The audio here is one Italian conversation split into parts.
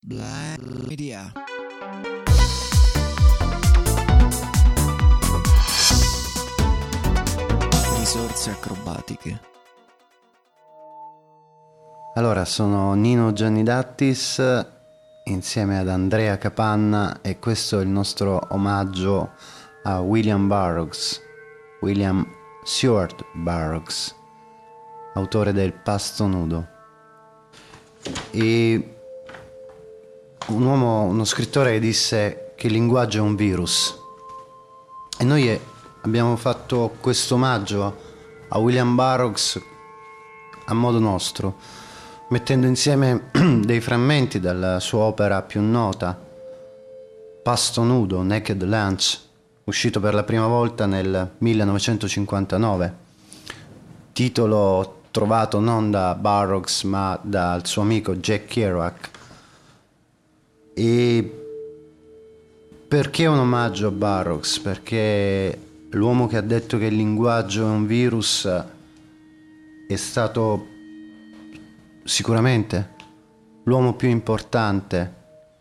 Black Media. Risorse acrobatiche. Allora, sono Nino Giannidattis insieme ad Andrea Capanna e questo è il nostro omaggio a William Burroughs, William Seward Burroughs, autore del Pasto Nudo. E uno scrittore che disse che il linguaggio è un virus, e noi abbiamo fatto questo omaggio a William Burroughs a modo nostro, mettendo insieme dei frammenti dalla sua opera più nota, Pasto Nudo, Naked Lunch, uscito per la prima volta nel 1959, titolo trovato non da Burroughs ma dal suo amico Jack Kerouac. E perché un omaggio a Burroughs? Perché l'uomo che ha detto che il linguaggio è un virus è stato sicuramente l'uomo più importante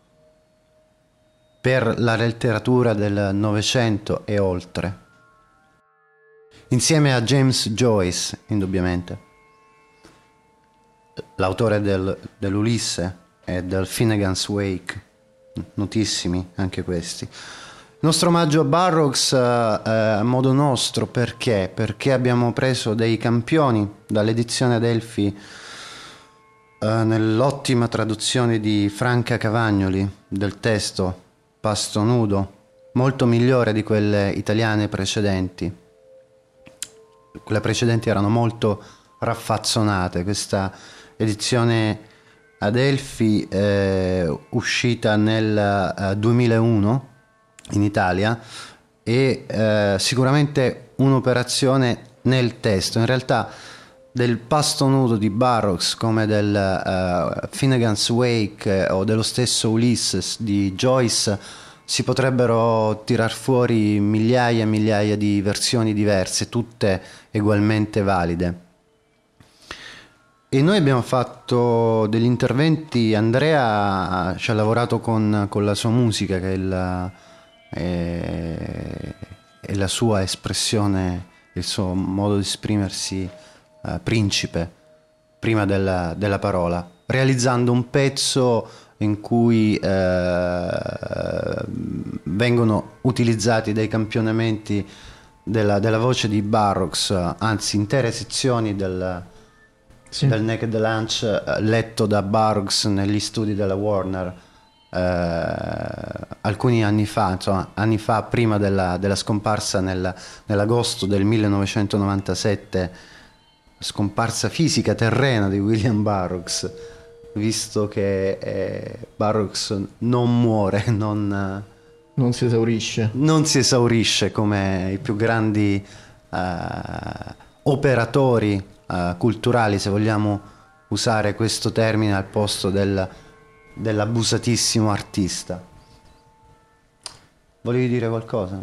per la letteratura del Novecento e oltre, insieme a James Joyce, indubbiamente, l'autore dell'Ulisse e del Finnegan's Wake, notissimi anche questi. Il nostro omaggio a Burroughs a modo nostro perché? Perché abbiamo preso dei campioni dall'edizione Adelphi nell'ottima traduzione di Franca Cavagnoli del testo Pasto Nudo, molto migliore di quelle italiane precedenti. Quelle precedenti erano molto raffazzonate. Questa edizione Adelphi uscita nel 2001 in Italia e sicuramente un'operazione nel testo. In realtà del Pasto Nudo di Burroughs come del Finnegan's Wake o dello stesso Ulysses di Joyce si potrebbero tirar fuori migliaia e migliaia di versioni diverse, tutte ugualmente valide. E noi abbiamo fatto degli interventi. Andrea ci ha lavorato con la sua musica, che è la sua espressione, il suo modo di esprimersi principe prima della parola, realizzando un pezzo in cui vengono utilizzati dei campionamenti della voce di Burroughs, anzi intere sezioni del Naked Lunch letto da Burroughs negli studi della Warner alcuni anni fa, insomma anni fa, prima della scomparsa nell'agosto del 1997, scomparsa fisica terrena di William Burroughs, visto che Burroughs non muore, non si esaurisce come i più grandi operatori culturali, se vogliamo usare questo termine al posto dell'abusatissimo artista. Volevi dire qualcosa?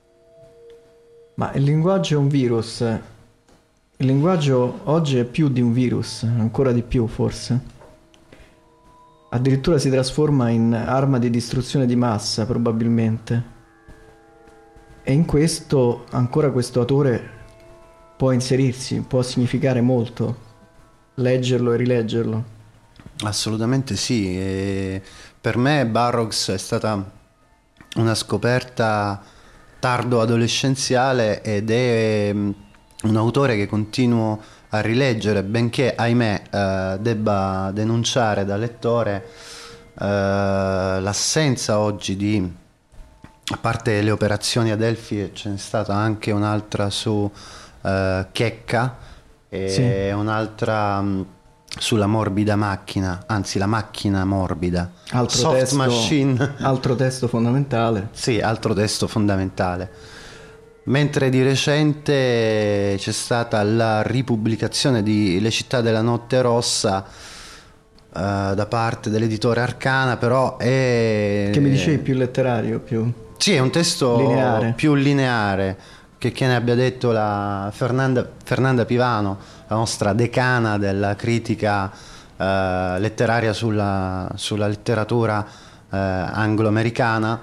Ma il linguaggio è un virus. Il linguaggio oggi è più di un virus, ancora di più forse. Addirittura si trasforma in arma di distruzione di massa, probabilmente. E in questo, ancora questo autore può inserirsi, può significare molto, leggerlo e rileggerlo. Assolutamente sì. E per me Burroughs è stata una scoperta tardo adolescenziale ed è un autore che continuo a rileggere, benché ahimè debba denunciare da lettore l'assenza oggi di, a parte le operazioni Adelphi, ce n'è stata anche un'altra su Checca e sì, un'altra sulla morbida macchina, anzi la macchina morbida, Soft Machine, altro testo fondamentale. Sì, altro testo fondamentale. Mentre di recente c'è stata la ripubblicazione di Le città della notte rossa da parte dell'editore Arcana, però è... Che mi dicevi più letterario, più... Sì, è un testo lineare. Più lineare, che ne abbia detto la Fernanda Pivano, la nostra decana della critica letteraria sulla letteratura anglo-americana.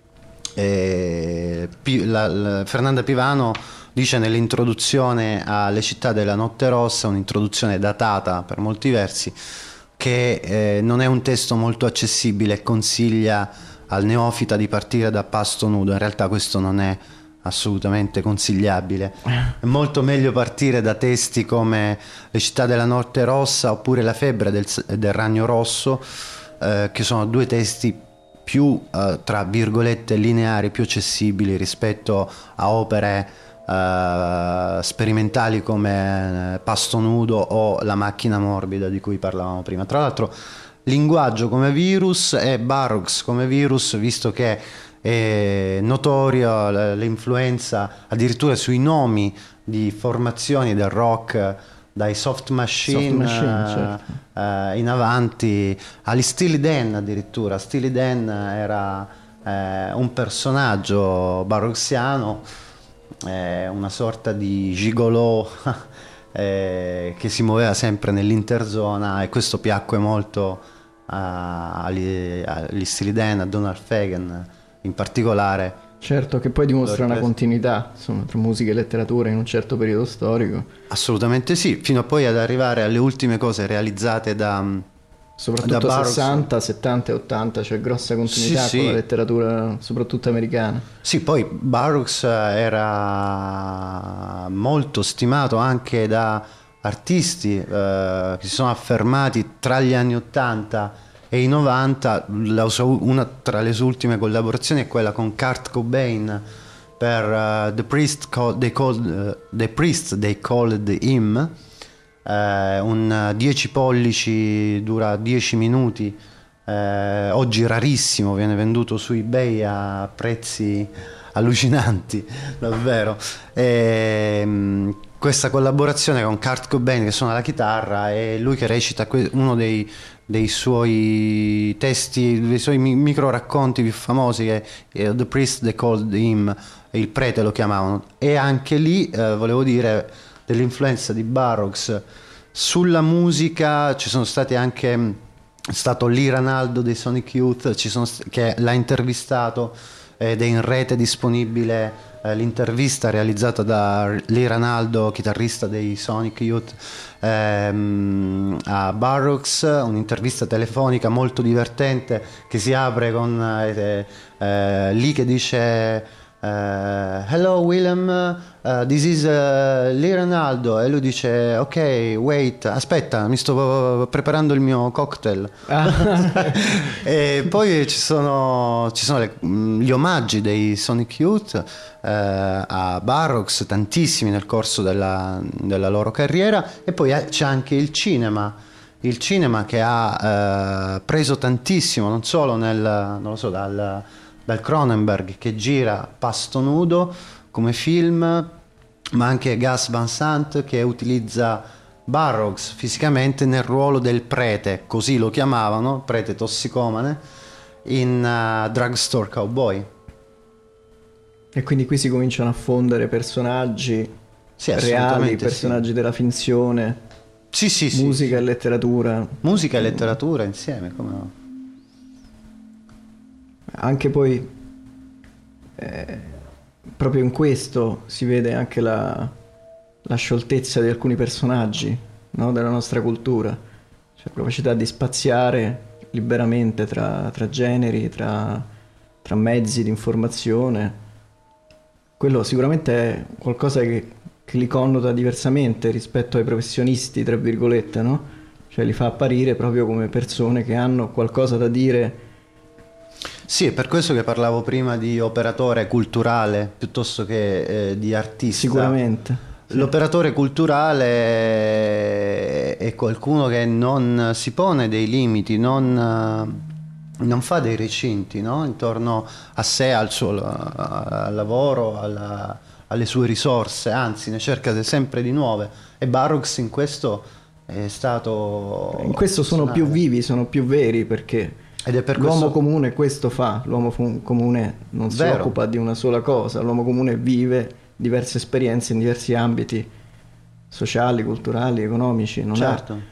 Fernanda Pivano dice nell'introduzione alle Città della Notte Rossa, un'introduzione datata per molti versi, che non è un testo molto accessibile e consiglia al neofita di partire da Pasto Nudo. In realtà questo non è assolutamente consigliabile. È molto meglio partire da testi come Le Città della Notte Rossa oppure La febbre del Ragno Rosso, che sono due testi più tra virgolette lineari, più accessibili rispetto a opere sperimentali come Pasto Nudo o La macchina morbida di cui parlavamo prima. Tra l'altro Linguaggio come virus e Burroughs come virus, visto che è notorio l'influenza addirittura sui nomi di formazioni del rock, dai Soft Machine, certo, in avanti, agli Steely Dan addirittura. Steely Dan era un personaggio burroughsiano, una sorta di gigolò che si muoveva sempre nell'interzona, e questo piacque molto agli Steely Dan, a Donald Fagen in particolare. Certo, che poi dimostra una continuità, insomma, tra musica e letteratura in un certo periodo storico. Assolutamente sì, fino a poi ad arrivare alle ultime cose realizzate soprattutto da 60, 70 e 80, c'è grossa continuità con la letteratura soprattutto americana. Sì, poi Burroughs era molto stimato anche da artisti che si sono affermati tra gli anni 80 e i 90. Una tra le sue ultime collaborazioni è quella con Kurt Cobain per The Priest They Called Him, un 10 pollici, dura 10 minuti, oggi rarissimo, viene venduto su eBay a prezzi allucinanti davvero. Questa collaborazione con Kurt Cobain che suona la chitarra e lui che recita uno dei suoi testi, dei suoi micro racconti più famosi, che è The Priest They Called Him, il prete lo chiamavano. E anche lì volevo dire dell'influenza di Burroughs sulla musica. Ci sono stati anche stato Lee Ranaldo dei Sonic Youth, che l'ha intervistato, ed è in rete disponibile l'intervista realizzata da Lee Ranaldo, chitarrista dei Sonic Youth, a Burroughs, un'intervista telefonica molto divertente che si apre con Lee che dice hello Willem, this is Lee Ranaldo, e lui dice ok, wait, aspetta, mi sto preparando il mio cocktail. E poi ci sono gli omaggi dei Sonic Youth a Burroughs, tantissimi nel corso della loro carriera. E poi c'è anche il cinema che ha preso tantissimo, non solo non lo so, dal Cronenberg, che gira Pasto Nudo come film, ma anche Gus Van Sant, che utilizza Burroughs fisicamente nel ruolo del prete, così lo chiamavano, prete tossicomane, in Drugstore Cowboy. E quindi qui si cominciano a fondere personaggi reali, personaggi della finzione, musica e letteratura. Musica e letteratura insieme, come no? Anche poi proprio in questo si vede anche la scioltezza di alcuni personaggi, no? Della nostra cultura, cioè la capacità di spaziare liberamente tra generi, tra mezzi di informazione. Quello sicuramente è qualcosa che li connota diversamente rispetto ai professionisti, tra virgolette, no? Cioè li fa apparire proprio come persone che hanno qualcosa da dire. Sì, è per questo che parlavo prima di operatore culturale piuttosto che di artista. Sicuramente. Sì. L'operatore culturale è qualcuno che non si pone dei limiti, non fa dei recinti, no? Intorno a sé, al lavoro, alle sue risorse, anzi ne cerca sempre di nuove. E Burroughs in questo è stato... In questo sono più vivi, sono più veri, perché... Ed è per l'uomo comune questo fa, l'uomo comune non si occupa di una sola cosa, l'uomo comune vive diverse esperienze in diversi ambiti sociali, culturali, economici, non certo.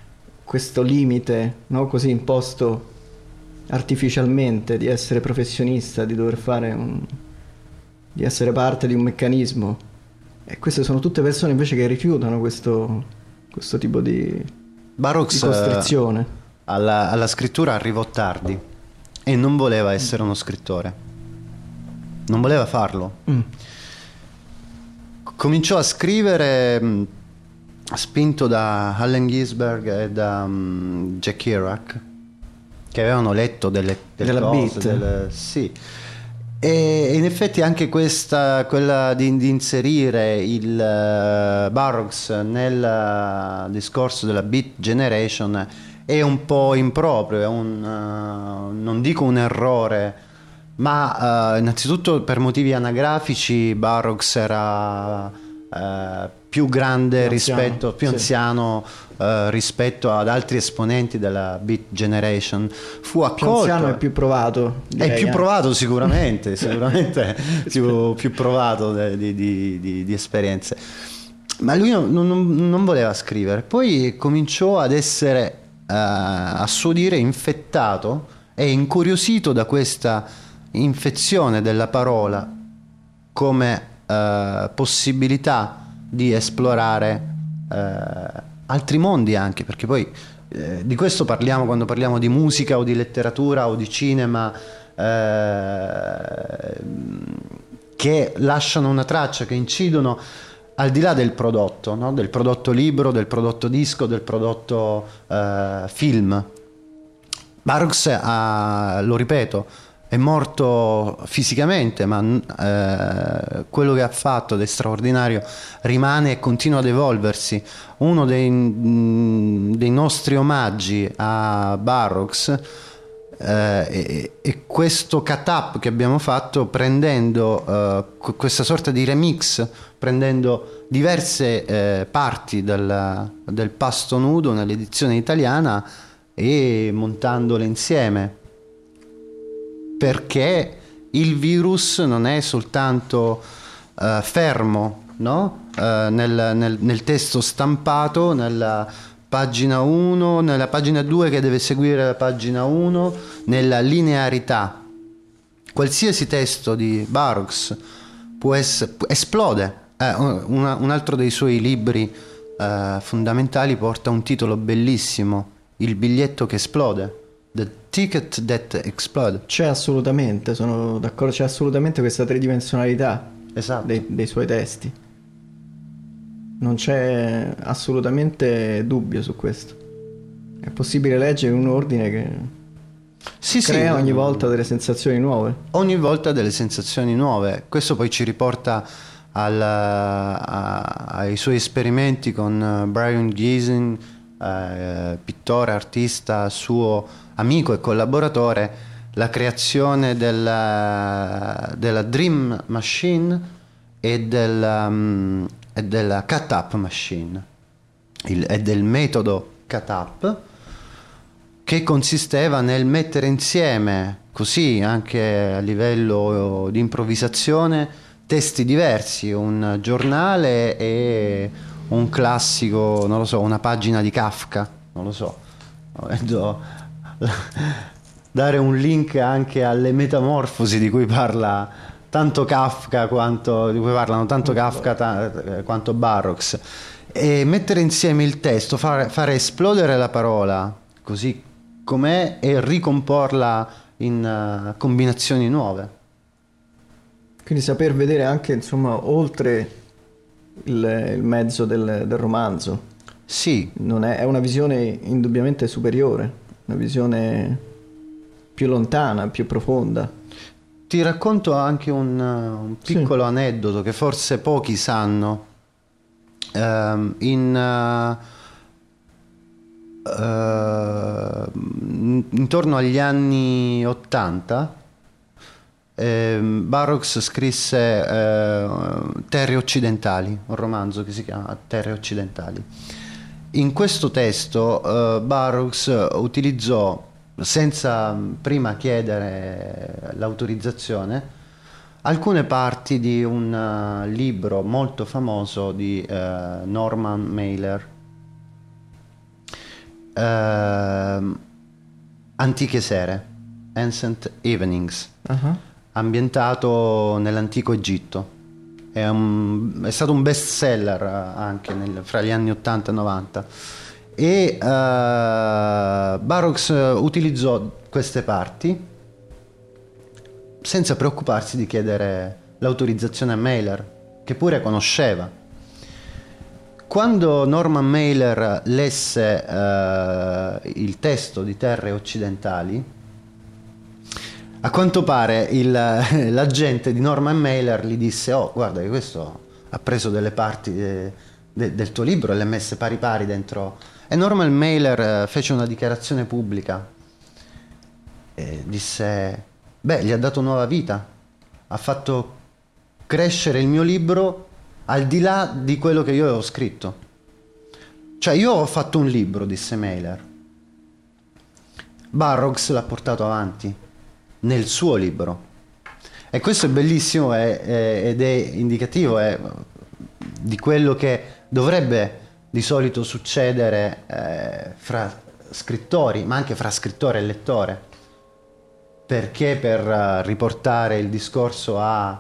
questo limite, no? Così imposto artificialmente di essere professionista, di dover di essere parte di un meccanismo. E queste sono tutte persone invece che rifiutano questo tipo di Barrox costrizione. alla scrittura arrivò tardi e non voleva essere uno scrittore, non voleva farlo. Cominciò a scrivere spinto da Allen Ginsberg e da Jack Kerouac, che avevano letto delle Della cose, Beat. sì. E in effetti anche quella di inserire il Barrox nel discorso della Beat Generation è un po' improprio, è non dico un errore, ma innanzitutto per motivi anagrafici Barrox era più grande rispetto, più anziano rispetto ad altri esponenti della Beat Generation. Fu accolto. Più anziano e più provato. È più provato sicuramente, più provato di esperienze. Ma lui non voleva scrivere. Poi cominciò ad essere, a suo dire, infettato e incuriosito da questa infezione della parola come possibilità di esplorare altri mondi anche, perché poi di questo parliamo quando parliamo di musica o di letteratura o di cinema, che lasciano una traccia, che incidono al di là del prodotto, no? Del prodotto libro, del prodotto disco, del prodotto film. Barrox, lo ripeto, è morto fisicamente, ma quello che ha fatto di straordinario rimane e continua ad evolversi. Uno dei nostri omaggi a Barrox è questo cut-up che abbiamo fatto prendendo questa sorta di remix, prendendo diverse parti del Pasto Nudo nell'edizione italiana e montandole insieme, perché il virus non è soltanto fermo, no? Nel testo stampato, nella pagina 1, nella pagina 2 che deve seguire la pagina 1, nella linearità. Qualsiasi testo di Barrox esplode. Un altro dei suoi libri fondamentali porta un titolo bellissimo: Il biglietto che esplode. The Ticket That Explode. C'è assolutamente, sono d'accordo, c'è assolutamente questa tridimensionalità, esatto, dei suoi testi. Non c'è assolutamente dubbio su questo. È possibile leggere in un ordine che crea ogni volta delle sensazioni nuove. Ogni volta delle sensazioni nuove. Questo poi ci riporta ai suoi esperimenti con Brian Giesen, pittore, artista, suo amico e collaboratore, la creazione della Dream Machine e della Cut-Up Machine e del metodo Cut-Up, che consisteva nel mettere insieme, così anche a livello di improvvisazione, testi diversi, un giornale e un classico, non lo so, una pagina di Kafka, non lo so, dare un link anche alle metamorfosi di cui parla tanto Kafka di cui parlano tanto Kafka quanto Barrox, e mettere insieme il testo, fare esplodere la parola così com'è e ricomporla in combinazioni nuove. Quindi saper vedere anche, insomma, oltre il mezzo del romanzo. Sì. È una visione indubbiamente superiore, una visione più lontana, più profonda. Ti racconto anche un piccolo aneddoto che forse pochi sanno. Intorno agli anni 80 Barrox scrisse Terre occidentali, un romanzo che si chiama Terre occidentali. In questo testo Barrox utilizzò, senza prima chiedere l'autorizzazione, alcune parti di un libro molto famoso di Norman Mailer. Antiche Sere, Ancient Evenings, Ah, ambientato nell'antico Egitto. È stato un best seller anche fra gli anni 80 e 90. E Burroughs utilizzò queste parti senza preoccuparsi di chiedere l'autorizzazione a Mailer, che pure conosceva. Quando Norman Mailer lesse il testo di Terre Occidentali, a quanto pare l'agente di Norman Mailer gli disse: oh, guarda che questo ha preso delle parti del tuo libro e le ha messe pari pari dentro. E Norman Mailer fece una dichiarazione pubblica e disse: beh, gli ha dato nuova vita, ha fatto crescere il mio libro al di là di quello che io avevo scritto. Cioè, io ho fatto un libro, disse Mailer, Burroughs l'ha portato avanti nel suo libro, e questo è bellissimo ed è indicativo di quello che dovrebbe di solito succedere fra scrittori, ma anche fra scrittore e lettore, perché per riportare il discorso a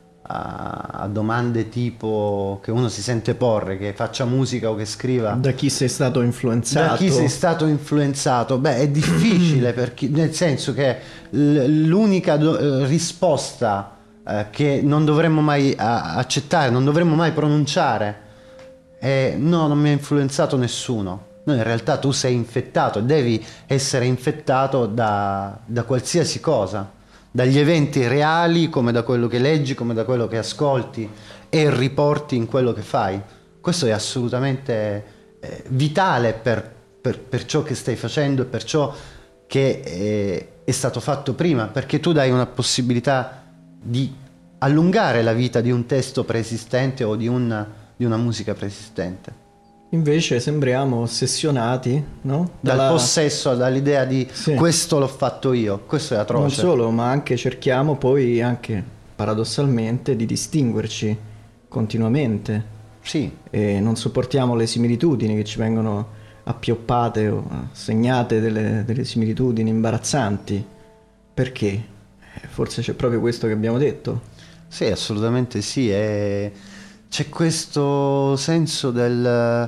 domande tipo che uno si sente porre, che faccia musica o che scriva, da chi sei stato influenzato? Da chi sei stato influenzato? Beh, è difficile, perché, nel senso che l'unica risposta che non dovremmo mai accettare, non dovremmo mai pronunciare è: no, non mi ha influenzato nessuno. No, in realtà tu sei infettato, devi essere infettato da qualsiasi cosa, dagli eventi reali, come da quello che leggi, come da quello che ascolti e riporti in quello che fai. Questo è assolutamente vitale per ciò che stai facendo e per ciò che è stato fatto prima, perché tu dai una possibilità di allungare la vita di un testo preesistente o di una musica preesistente. Invece sembriamo ossessionati, no? Dal possesso, dall'idea di Sì. questo l'ho fatto io, questo è atroce. Non solo, ma anche cerchiamo poi anche paradossalmente di distinguerci continuamente. Sì, E non sopportiamo le similitudini che ci vengono appioppate o segnate delle similitudini imbarazzanti. Perché? Forse c'è proprio questo che abbiamo detto. sì, assolutamente sì. C'è questo senso in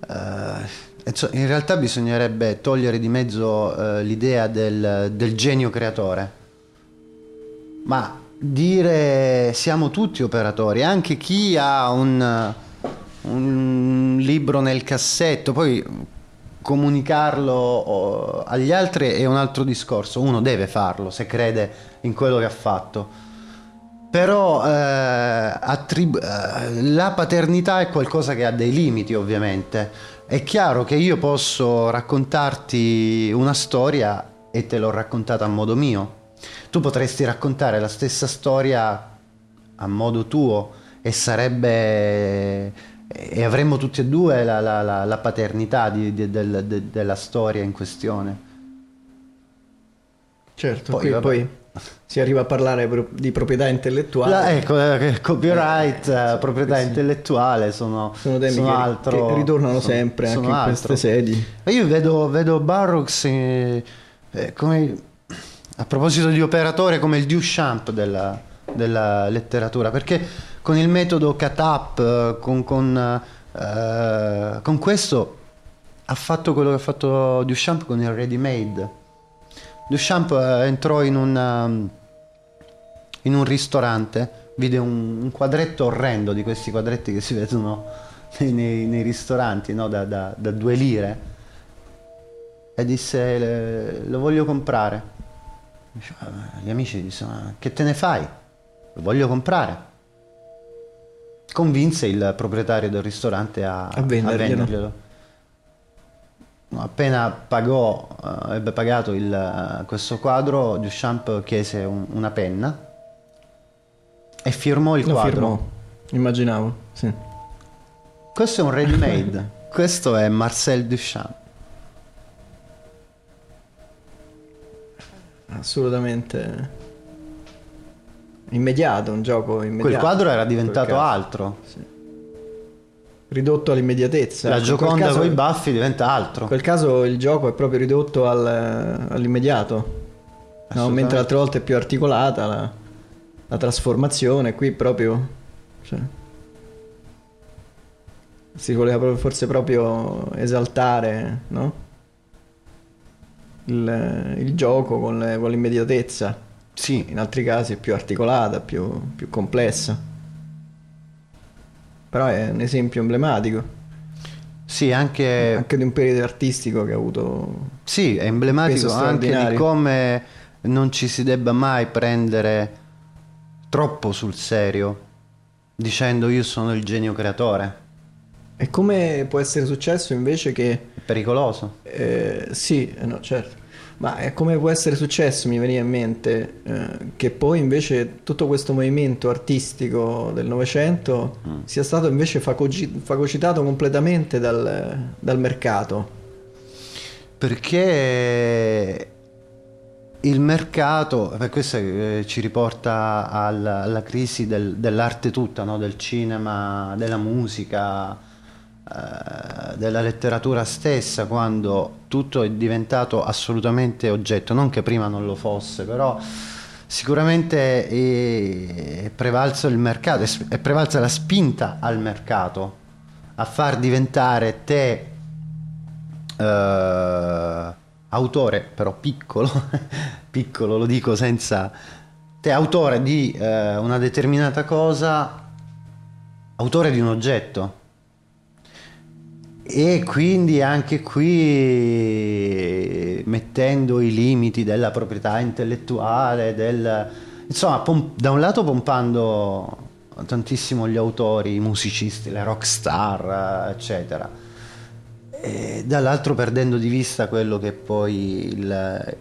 realtà bisognerebbe togliere di mezzo l'idea del genio creatore, ma dire siamo tutti operatori, anche chi ha un libro nel cassetto, poi comunicarlo agli altri è un altro discorso. Uno deve farlo se crede in quello che ha fatto. Però la paternità è qualcosa che ha dei limiti, ovviamente. È chiaro che io posso raccontarti una storia e te l'ho raccontata a modo mio. Tu potresti raccontare la stessa storia a modo tuo e e avremmo tutti e due la paternità della storia in questione. Certo, Poi, qui vabbè. poi si arriva a parlare di proprietà intellettuale. Ecco, copyright, proprietà sì. intellettuale sono Temi che ritornano sempre anche in queste sedi. Ma io vedo Burroughs come, a proposito di operatore, come il Duchamp della letteratura, perché con il metodo cut-up, con questo ha fatto quello che ha fatto Duchamp con il ready-made. Duchamp entrò in un ristorante, vide un quadretto orrendo, di questi quadretti che si vedono nei ristoranti, no? da 2 lire, e disse: lo voglio comprare. Gli amici dissero: ma che te ne fai? Lo voglio comprare. Convinse il proprietario del ristorante a venderglielo. Appena ebbe pagato questo quadro, Duchamp chiese una penna e firmò il quadro. Firmò, immaginavo, sì. Questo è un ready made. Questo è Marcel Duchamp. Assolutamente immediato, un gioco immediato. Quel quadro era diventato altro. Sì. ridotto all'immediatezza. La In quel Gioconda caso- con i baffi diventa In altro. quel caso il gioco è proprio ridotto all'immediato, no? Assolutamente. Mentre altre volte è più articolata la trasformazione, qui proprio, cioè, si voleva forse proprio esaltare, no? Il gioco con l'immediatezza. Sì, In altri casi è più articolata, più complessa. Però è un esempio emblematico sì, anche di un periodo artistico che ha avuto sì, è emblematico peso anche di straordinario. come non ci si debba mai prendere troppo sul serio, dicendo io sono il genio creatore. E come può essere successo invece che È pericoloso. sì, no, certo. Ma è come può essere successo, mi veniva in mente, che poi invece tutto questo movimento artistico del Novecento sia stato invece fagocitato completamente dal mercato. Perché il mercato, per questo ci riporta alla crisi dell'arte tutta, no? Del cinema, della musica, della letteratura stessa, quando tutto è diventato assolutamente oggetto, non che prima non lo fosse, però sicuramente è prevalso il mercato, è prevalsa la spinta al mercato a far diventare te autore, però piccolo, piccolo lo dico senza, te autore di una determinata cosa, autore di un oggetto. E quindi anche qui mettendo i limiti della proprietà intellettuale, insomma, da un lato pompando tantissimo gli autori, i musicisti, le rock star, eccetera, e dall'altro perdendo di vista quello che è poi la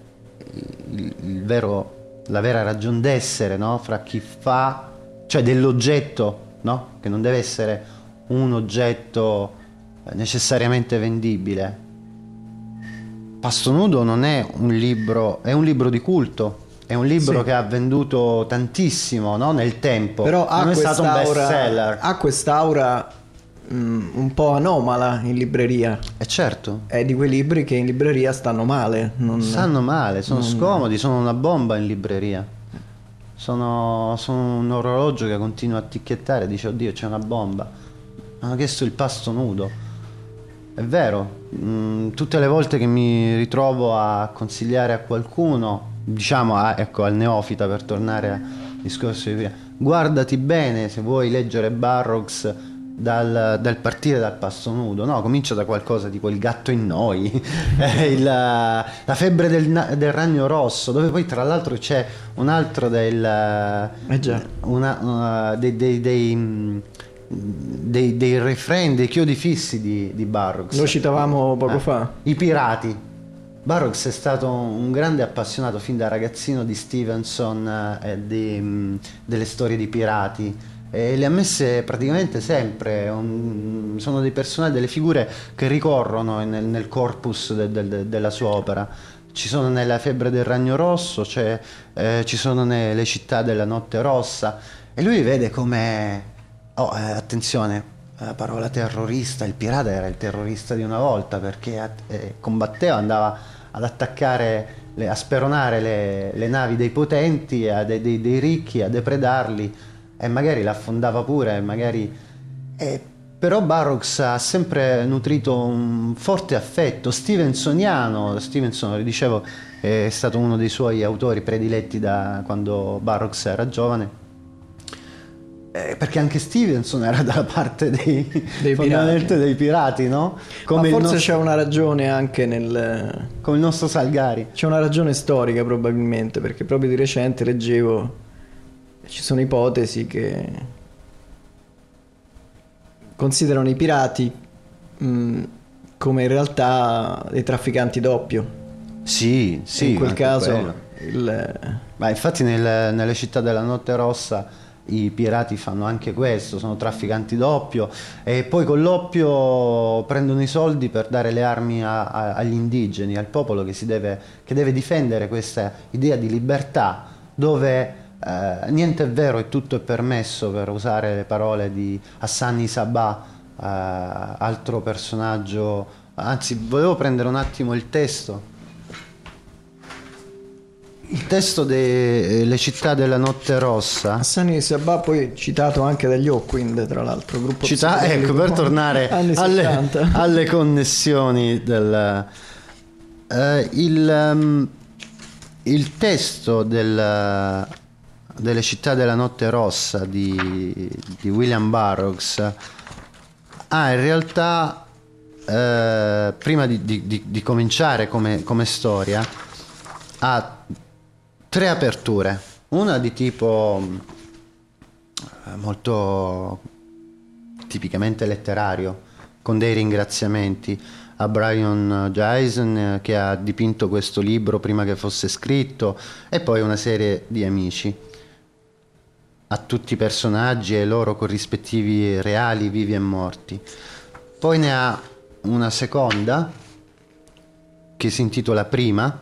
vera ragion d'essere, no? Fra chi fa, cioè dell'oggetto, no? Che non deve essere un oggetto necessariamente vendibile. Pasto Nudo non è un libro, è un libro di culto, è un libro Sì. che ha venduto tantissimo, no? Nel tempo, Però non è stato un bestseller. ha quest'aura un po' anomala in libreria. E certo, È di quei libri che in libreria stanno male. stanno male, sono scomodi, sono una bomba in libreria. Sono un orologio che continua a ticchettare, dice oddio c'è una bomba. Hanno chiesto il pasto nudo. È vero, tutte le volte che mi ritrovo a consigliare a qualcuno, diciamo ecco, al neofita, per tornare al discorso di prima, guardati bene se vuoi leggere Burroughs dal partire dal pasto nudo, no, comincia da qualcosa tipo Il gatto in noi, la febbre del ragno rosso, dove poi tra l'altro c'è un altro già. dei refrain, dei chiodi fissi di Burroughs. Lo citavamo poco fa. I pirati. Burroughs è stato un grande appassionato fin da ragazzino di Stevenson e delle storie di pirati, e le ha messe praticamente sempre. Sono dei personaggi, delle figure che ricorrono nel corpus della sua opera. Ci sono nella febbre del ragno rosso, ci sono nelle città della notte rossa, e lui vede come attenzione, la parola terrorista, il pirata era il terrorista di una volta, perché combatteva, andava ad attaccare, a speronare le navi dei potenti, dei ricchi, a depredarli, e magari l'affondava pure, però Burroughs ha sempre nutrito un forte affetto stevensoniano. Stevenson, dicevo, è stato uno dei suoi autori prediletti da quando Burroughs era giovane. Perché anche Stevenson era dalla parte dei pirati, no? Come Ma forse c'è una ragione anche come il nostro Salgari. C'è una ragione storica probabilmente, perché proprio di recente leggevo, ci sono ipotesi che considerano i pirati come in realtà dei trafficanti doppio. Sì, E in quel anche caso quello. Ma infatti nelle città della notte rossa i pirati fanno anche questo, sono trafficanti d'oppio, e poi con l'oppio prendono i soldi per dare le armi agli indigeni, al popolo che deve difendere questa idea di libertà, dove niente è vero e tutto è permesso, per usare le parole di Hassan Isabah, altro personaggio, anzi volevo prendere un attimo il testo. Il testo delle città della notte rossa. Hassani Sabbah, poi citato anche dagli Hawkwind, tra l'altro, gruppo Ecco, per tornare alle connessioni il testo delle città della notte rossa di William Burroughs in realtà prima di cominciare come storia ha 3 aperture, una di tipo molto tipicamente letterario, con dei ringraziamenti a Brian Jason che ha dipinto questo libro prima che fosse scritto, e poi una serie di amici, a tutti i personaggi e i loro corrispettivi reali, vivi e morti. Poi ne ha una seconda che si intitola Prima,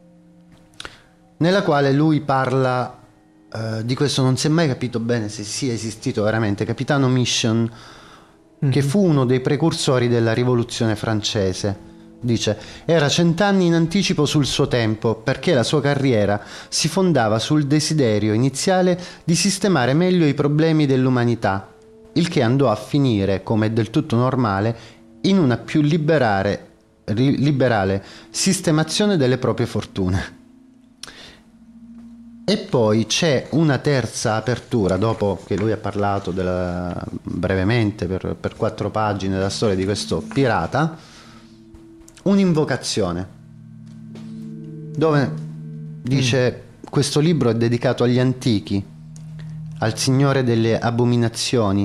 nella quale lui parla di questo, non si è mai capito bene se sia esistito veramente, capitano Mission, che fu uno dei precursori della rivoluzione francese. Dice: era 100 anni in anticipo sul suo tempo, perché la sua carriera si fondava sul desiderio iniziale di sistemare meglio i problemi dell'umanità, il che andò a finire, come è del tutto normale, in una più liberale sistemazione delle proprie fortune. E poi c'è una terza apertura, dopo che lui ha parlato brevemente per 4 pagine della storia di questo pirata, un'invocazione dove dice: questo libro è dedicato agli antichi, al signore delle abominazioni,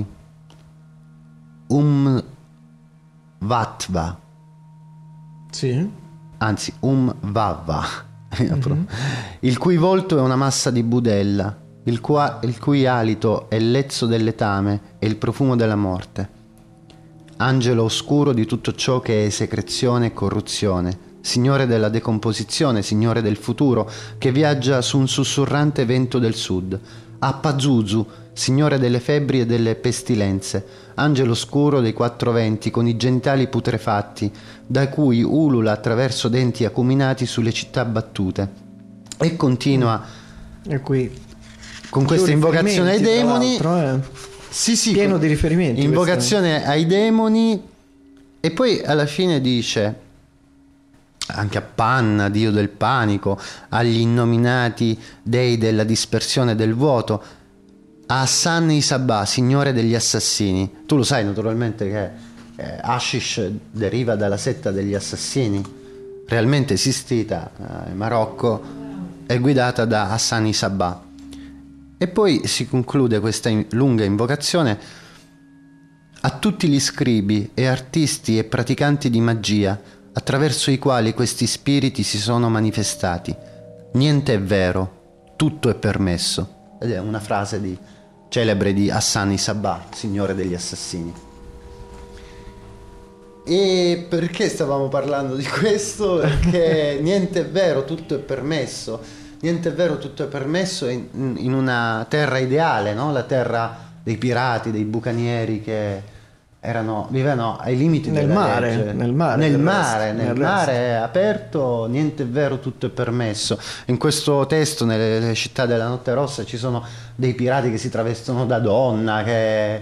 Vatva, sì, anzi Vava, il cui volto è una massa di budella, il cui alito è l'ezzo del letame e il profumo della morte, angelo oscuro di tutto ciò che è secrezione e corruzione, signore della decomposizione, signore del futuro, che viaggia su un sussurrante vento del sud, Pazuzu, signore delle febbri e delle pestilenze, angelo oscuro dei 4 venti con i genitali putrefatti, da cui ulula attraverso denti acuminati sulle città battute. E continua e qui con questa invocazione ai demoni, sì, pieno di riferimenti, invocazione ai demoni, e poi alla fine dice anche a Panna, dio del panico, agli innominati dei della dispersione del vuoto, a Hassani Sabbah, signore degli assassini. Tu lo sai naturalmente che Hashish deriva dalla setta degli assassini, realmente esistita in Marocco e guidata da Hassani Sabbah. E poi si conclude questa lunga invocazione a tutti gli scribi e artisti e praticanti di magia attraverso i quali questi spiriti si sono manifestati. Niente è vero, tutto è permesso. Ed è una frase celebre di Hassani Sabbah, signore degli assassini. E perché stavamo parlando di questo? Perché niente è vero, tutto è permesso. Niente è vero, tutto è permesso in una terra ideale, no? La terra dei pirati, dei bucanieri che vivevano ai limiti della legge. Nel mare aperto, niente è vero, tutto è permesso. In questo testo, nelle città della notte rossa, ci sono dei pirati che si travestono da donna, che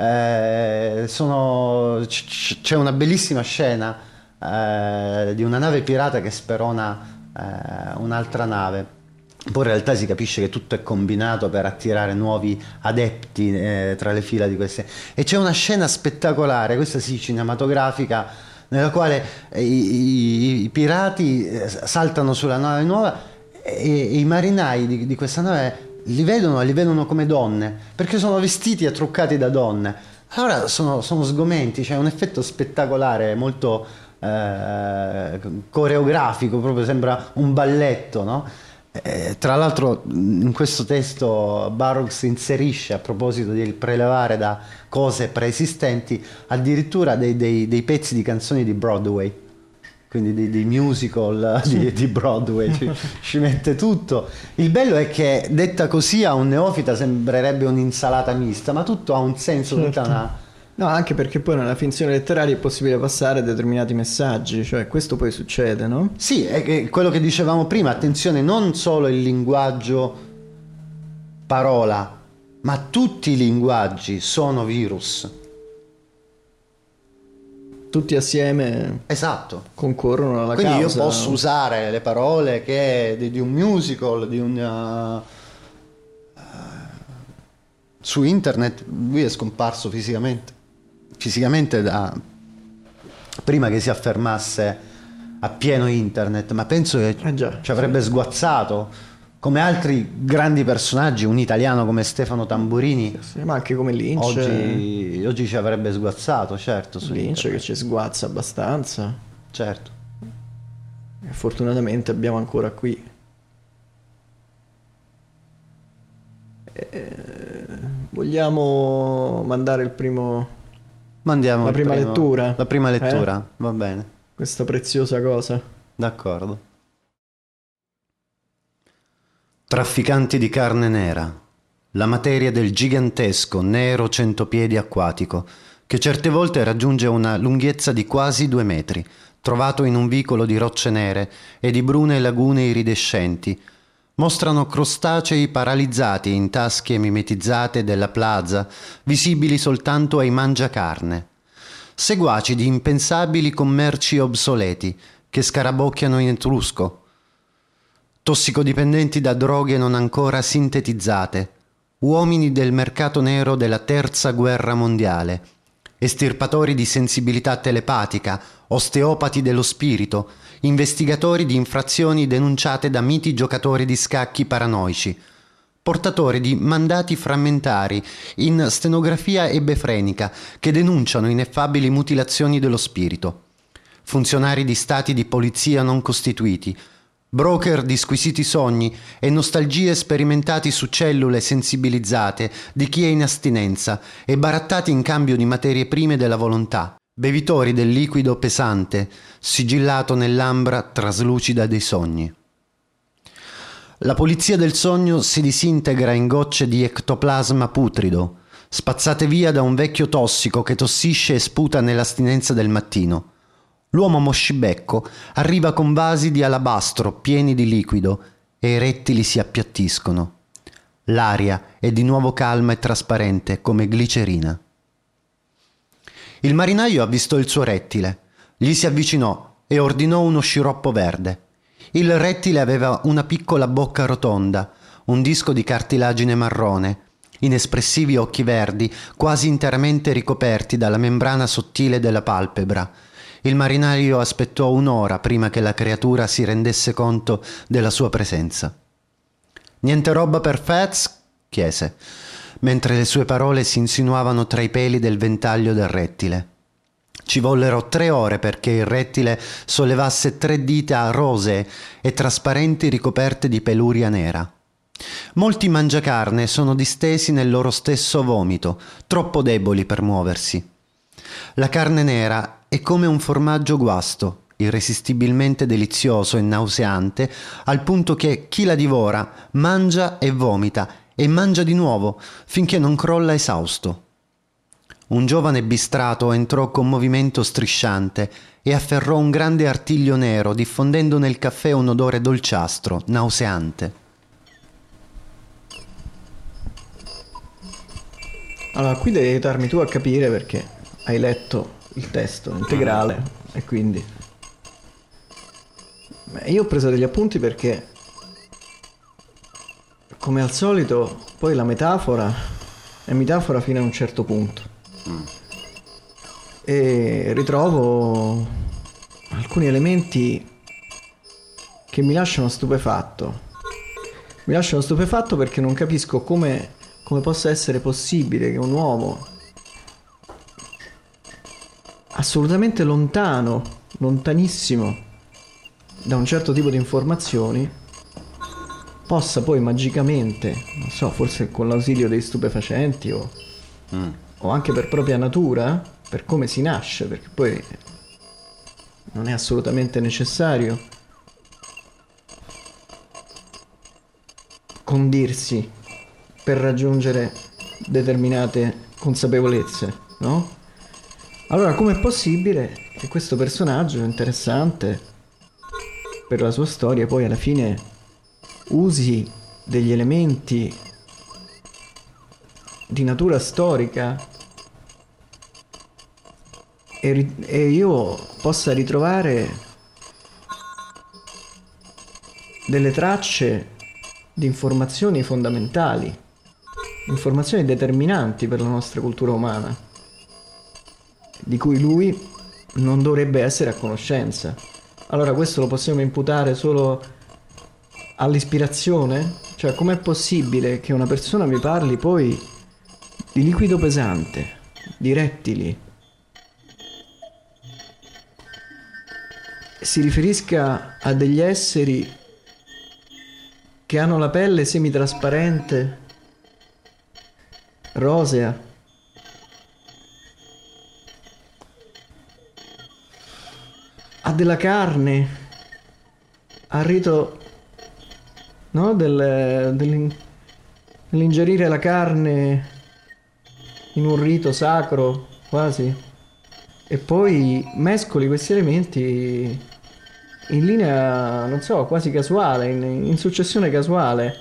c'è una bellissima scena di una nave pirata che sperona un'altra nave. Poi in realtà si capisce che tutto è combinato per attirare nuovi adepti tra le fila di queste. E c'è una scena spettacolare, questa sì, cinematografica, nella quale i pirati saltano sulla nave nuova e i marinai di questa nave li vedono come donne, perché sono vestiti e truccati da donne. Allora sono sgomenti, c'è un effetto spettacolare molto coreografico, proprio sembra un balletto, no? Tra l'altro in questo testo Burroughs inserisce, a proposito di prelevare da cose preesistenti, addirittura dei pezzi di canzoni di Broadway, quindi dei musical di Broadway, ci mette tutto. Il bello è che detta così a un neofita sembrerebbe un'insalata mista, ma tutto ha un senso, tutta No, anche perché poi nella finzione letteraria è possibile passare determinati messaggi, cioè questo poi succede, no? Sì, è quello che dicevamo prima, attenzione, non solo il linguaggio parola, ma tutti i linguaggi sono virus. Tutti assieme Esatto. concorrono alla Quindi causa. io posso usare le parole di un musical, su internet. Lui è scomparso fisicamente da prima che si affermasse a pieno internet, ma penso che Già, ci avrebbe sguazzato, come altri grandi personaggi, un italiano come Stefano Tamburini. Sì, ma anche come Lynch. Oggi ci avrebbe sguazzato, certo, su Lynch internet. che ci sguazza abbastanza. Certo. E fortunatamente abbiamo ancora qui. Vogliamo mandare il primo, Mandiamo la prima lettura? La prima lettura, va bene, Questa preziosa cosa. d'accordo. Trafficanti di carne nera, la materia del gigantesco nero centopiedi acquatico, che certe volte raggiunge una lunghezza di quasi 2 metri, trovato in un vicolo di rocce nere e di brune lagune iridescenti, mostrano crostacei paralizzati in tasche mimetizzate della plaza, visibili soltanto ai mangiacarne, seguaci di impensabili commerci obsoleti che scarabocchiano in etrusco, tossicodipendenti da droghe non ancora sintetizzate, uomini del mercato nero della terza guerra mondiale, estirpatori di sensibilità telepatica, osteopati dello spirito, investigatori di infrazioni denunciate da miti giocatori di scacchi paranoici, portatori di mandati frammentari in stenografia ebefrenica che denunciano ineffabili mutilazioni dello spirito, funzionari di stati di polizia non costituiti, broker di squisiti sogni e nostalgie sperimentati su cellule sensibilizzate di chi è in astinenza e barattati in cambio di materie prime della volontà, bevitori del liquido pesante, sigillato nell'ambra traslucida dei sogni. La polizia del sogno si disintegra in gocce di ectoplasma putrido, spazzate via da un vecchio tossico che tossisce e sputa nell'astinenza del mattino. L'uomo moscibecco arriva con vasi di alabastro pieni di liquido e i rettili si appiattiscono. L'aria è di nuovo calma e trasparente come glicerina. Il marinaio avvistò il suo rettile, gli si avvicinò e ordinò uno sciroppo verde. Il rettile aveva una piccola bocca rotonda, un disco di cartilagine marrone, inespressivi occhi verdi quasi interamente ricoperti dalla membrana sottile della palpebra. Il marinaio aspettò un'ora prima che la creatura si rendesse conto della sua presenza. «Niente roba per Fats?» chiese, mentre le sue parole si insinuavano tra i peli del ventaglio del rettile. Ci vollero 3 ore perché il rettile sollevasse 3 dita rosee e trasparenti ricoperte di peluria nera. Molti mangiacarne sono distesi nel loro stesso vomito, troppo deboli per muoversi. La carne nera è come un formaggio guasto, irresistibilmente delizioso e nauseante, al punto che chi la divora mangia e vomita e mangia di nuovo finché non crolla esausto. Un giovane bistrato entrò con movimento strisciante e afferrò un grande artiglio nero, diffondendo nel caffè un odore dolciastro, nauseante. Allora, qui devi aiutarmi tu a capire perché hai letto il testo integrale e quindi... Io ho preso degli appunti perché, come al solito, poi la metafora è metafora fino a un certo punto. E ritrovo alcuni elementi che mi lasciano stupefatto. Mi lasciano stupefatto perché non capisco come possa essere possibile che un uomo assolutamente lontano, lontanissimo da un certo tipo di informazioni possa poi magicamente, non so, forse con l'ausilio dei stupefacenti o anche per propria natura, per come si nasce, perché poi non è assolutamente necessario condirsi per raggiungere determinate consapevolezze, no? Allora, com'è possibile che questo personaggio interessante per la sua storia poi alla fine usi degli elementi di natura storica e io possa ritrovare delle tracce di informazioni fondamentali, informazioni determinanti per la nostra cultura umana, di cui lui non dovrebbe essere a conoscenza. Allora questo lo possiamo imputare solo all'ispirazione? Cioè, com'è possibile che una persona mi parli poi di liquido pesante, di rettili, si riferisca a degli esseri che hanno la pelle semitrasparente, rosea, ha della carne, al rito, no? Dell'ingerire la carne in un rito sacro, quasi, e poi mescoli questi elementi in linea, non so, quasi casuale, in successione casuale.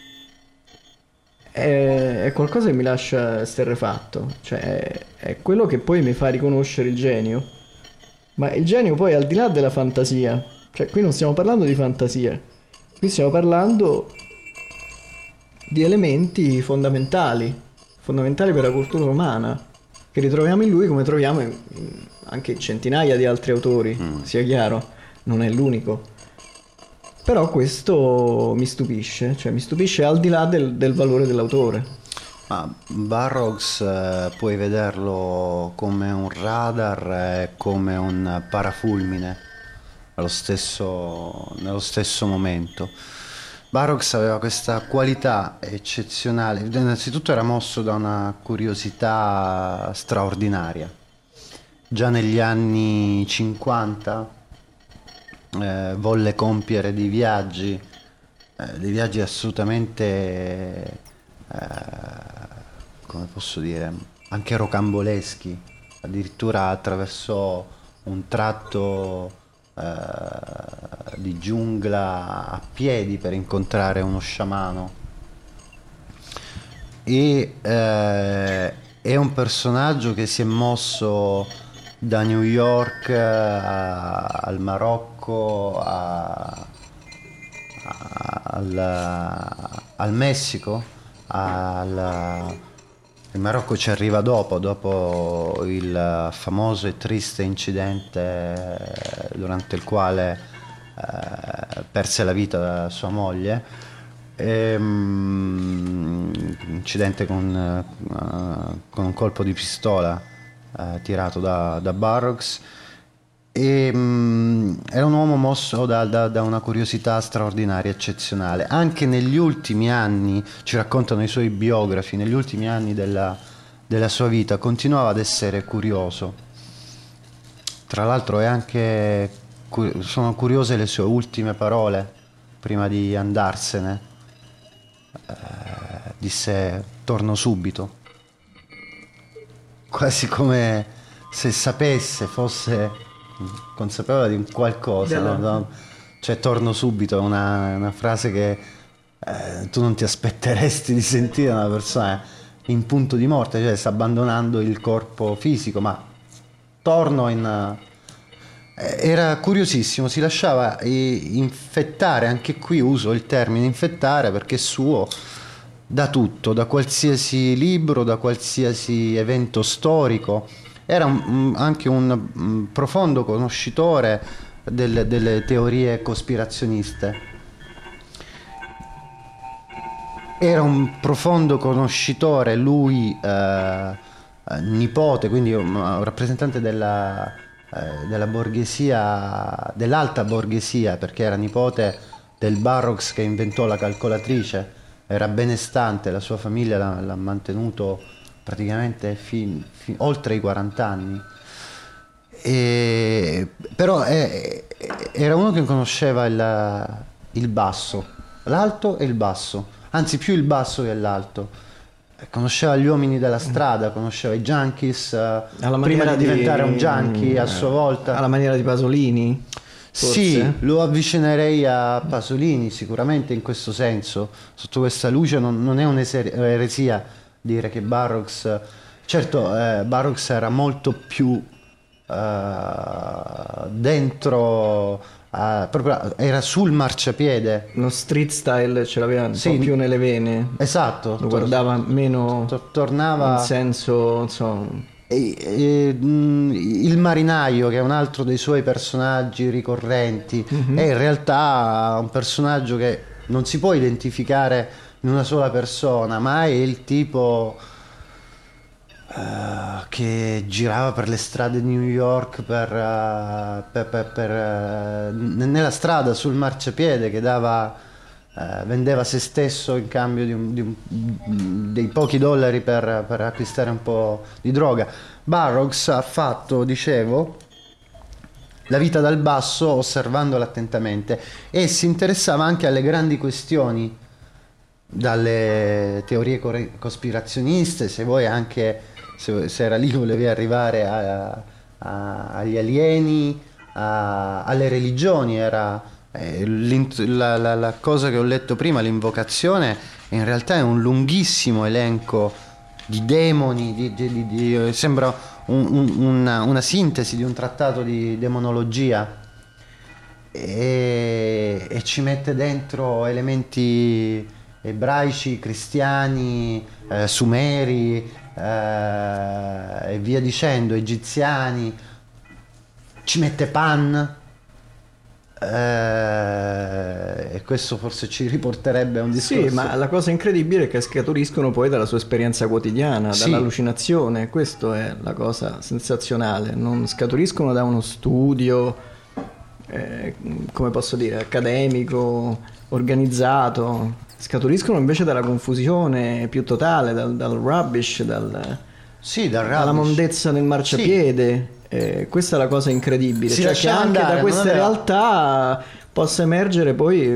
È qualcosa che mi lascia esterrefatto, cioè è quello che poi mi fa riconoscere il genio. Ma il genio poi è al di là della fantasia, cioè qui non stiamo parlando di fantasia, qui stiamo parlando di elementi fondamentali, fondamentali per la cultura umana, che ritroviamo in lui come troviamo anche in centinaia di altri autori, sia chiaro, non è l'unico. Però questo mi stupisce, cioè mi stupisce al di là del valore dell'autore. Ma Burroughs puoi vederlo come un radar, come un parafulmine nello stesso momento. Burroughs aveva questa qualità eccezionale, innanzitutto era mosso da una curiosità straordinaria. Già negli anni 50 volle compiere dei viaggi assolutamente, come posso dire, anche rocamboleschi. Addirittura attraversò un tratto di giungla a piedi per incontrare uno sciamano. E è un personaggio che si è mosso da New York al Marocco al Messico. Il Marocco ci arriva dopo il famoso e triste incidente durante il quale perse la vita sua moglie, incidente con un colpo di pistola tirato da Burroughs. Era un uomo mosso da una curiosità straordinaria, eccezionale. Anche negli ultimi anni, ci raccontano i suoi biografi, negli ultimi anni della sua vita continuava ad essere curioso. Tra l'altro sono curiose le sue ultime parole prima di andarsene. Disse: torno subito, quasi come se sapesse, fosse consapevole di qualcosa, no? Cioè, torno subito è una frase che tu non ti aspetteresti di sentire da una persona in punto di morte, cioè sta abbandonando il corpo fisico, ma torno era curiosissimo, si lasciava infettare. Anche qui uso il termine infettare perché è suo, da tutto, da qualsiasi libro, da qualsiasi evento storico. Era anche un profondo conoscitore delle teorie cospirazioniste. Era un profondo conoscitore, lui, nipote, quindi un rappresentante della borghesia, dell'alta borghesia, perché era nipote del Burroughs che inventò la calcolatrice. Era benestante, la sua famiglia l'ha mantenuto praticamente oltre i 40 anni. Però era uno che conosceva il basso, l'alto e il basso, anzi più il basso che l'alto. conosceva gli uomini della strada, conosceva i junkies, Alla prima maniera di diventare un junkie a sua volta. Alla maniera di Pasolini? Forse? Sì, lo avvicinerei a Pasolini sicuramente in questo senso. Sotto questa luce non è un'eresia dire che Burroughs, certo, Burroughs era molto più dentro, proprio era sul marciapiede. Lo street style ce l'aveva un Sì, po' più nelle vene, esatto, lo guardava meno tornava in senso, insomma, il marinaio, che è un altro dei suoi personaggi ricorrenti, è in realtà un personaggio che non si può identificare in una sola persona, ma è il tipo che girava per le strade di New York, nella strada sul marciapiede, che vendeva se stesso in cambio dei pochi dollari per acquistare un po' di droga. Burroughs ha fatto, dicevo, la vita dal basso, osservandola attentamente, e si interessava anche alle grandi questioni, dalle teorie cospirazioniste, se vuoi anche, se era lì volevi arrivare agli alieni, alle religioni. Era la cosa che ho letto prima, l'invocazione, in realtà è un lunghissimo elenco di demoni, sembra una sintesi di un trattato di demonologia, e ci mette dentro elementi ebraici, cristiani, sumeri, e via dicendo, egiziani, ci mette Pan. E questo forse ci riporterebbe a un discorso. sì, ma la cosa incredibile è che scaturiscono poi dalla sua esperienza quotidiana, Sì. dall'allucinazione. Questa è la cosa sensazionale. Non scaturiscono da uno studio, come posso dire, accademico, organizzato. Scaturiscono invece dalla confusione più totale, dal rubbish, Sì, dal dalla rubbish. mondezza nel marciapiede. Questa è la cosa incredibile, Si cioè che lasciava anche andare, da queste non aveva- realtà possa emergere poi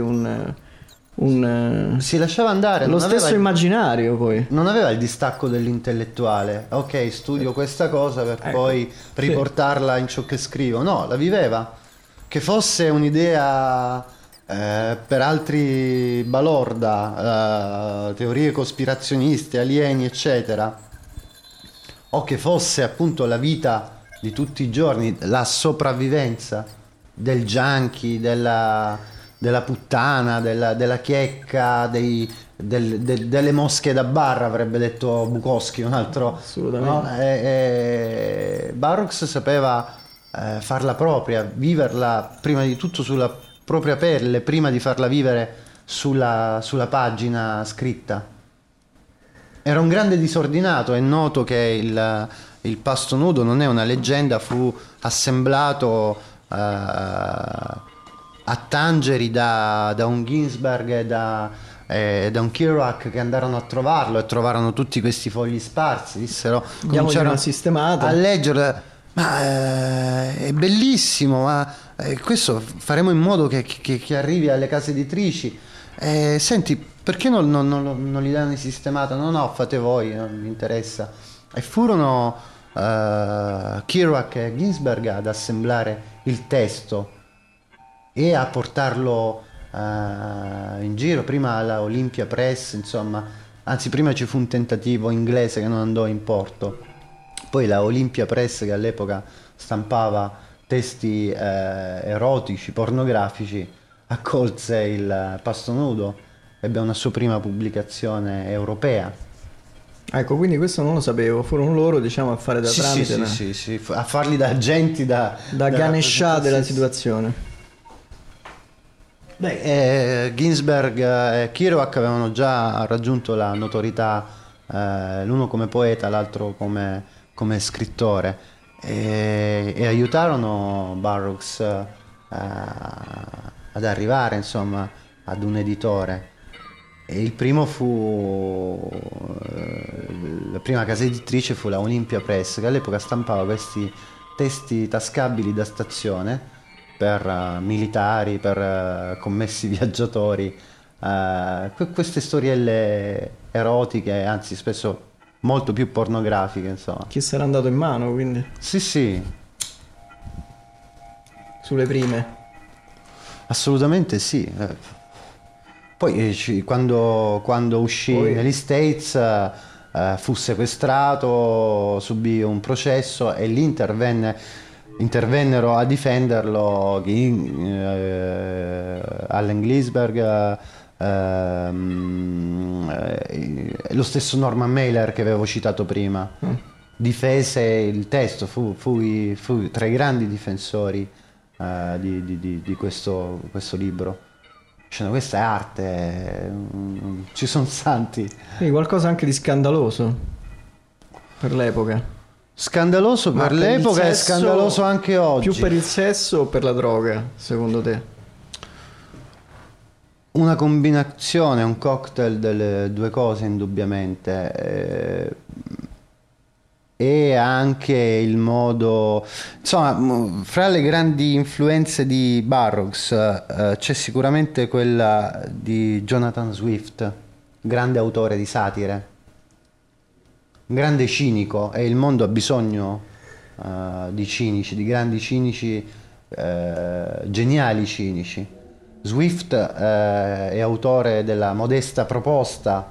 Si lasciava andare, lo non stesso aveva, immaginario poi. non aveva il distacco dell'intellettuale. Ok, studio questa cosa per Ecco, poi riportarla in ciò che scrivo. No, la viveva. Che fosse un'idea per altri balorda, teorie cospirazioniste, alieni, eccetera, o che fosse appunto la vita di tutti i giorni, la sopravvivenza del junkie, della puttana, della chiecca, delle mosche da bar, avrebbe detto Bukowski, un altro. Assolutamente. No? Burroughs sapeva farla propria, viverla prima di tutto sulla propria pelle, prima di farla vivere sulla pagina scritta. Era un grande disordinato. È noto che il Pasto Nudo non è una leggenda, fu assemblato a Tangeri da un Ginsberg e da un Kerouac, che andarono a trovarlo e trovarono tutti questi fogli sparsi. Cominciarono una sistemata. a leggerlo. Ma è bellissimo, ma questo faremo in modo che arrivi alle case editrici. Senti, perché non li danno in sistemata? No, fate voi, non mi interessa. E furono Kerouac e Ginsberg ad assemblare il testo e a portarlo in giro, prima alla Olympia Press, insomma. Anzi, prima ci fu un tentativo inglese che non andò in porto. Poi la Olympia Press, che all'epoca stampava testi erotici, pornografici, accolse il Pasto Nudo, ebbe una sua prima pubblicazione europea. Ecco, quindi questo non lo sapevo, furono loro, diciamo, a fare da tramite, Sì, a farli da agenti, da Ganesha della sì. situazione. Beh, Ginsberg e Kerouac avevano già raggiunto la notorietà, l'uno come poeta, l'altro come scrittore, e aiutarono Burroughs ad arrivare, insomma, ad un editore. E il primo la prima casa editrice fu la Olympia Press, che all'epoca stampava questi testi tascabili da stazione per militari, per commessi viaggiatori, queste storielle erotiche, anzi spesso molto più pornografiche, insomma. Chi sarà andato in mano, quindi, Sì, sì, sulle prime? assolutamente sì. Poi quando uscì Poi- negli States fu sequestrato, subì un processo e lì intervennero a difenderlo Allen Ginsberg, lo stesso Norman Mailer che avevo citato prima. Difese il testo, fu tra i grandi difensori di questo libro. Dicendo, questa è arte, ci sono santi. Quindi qualcosa anche di scandaloso per l'epoca. Scandaloso Ma per il l'epoca e sesso, scandaloso anche oggi. Più per il sesso o per la droga, secondo te? Una combinazione, un cocktail delle due cose indubbiamente. E anche il modo, insomma, fra le grandi influenze di Burroughs c'è sicuramente quella di Jonathan Swift, grande autore di satire, un grande cinico, e il mondo ha bisogno di cinici, di grandi cinici, geniali cinici. Swift è autore della Modesta Proposta,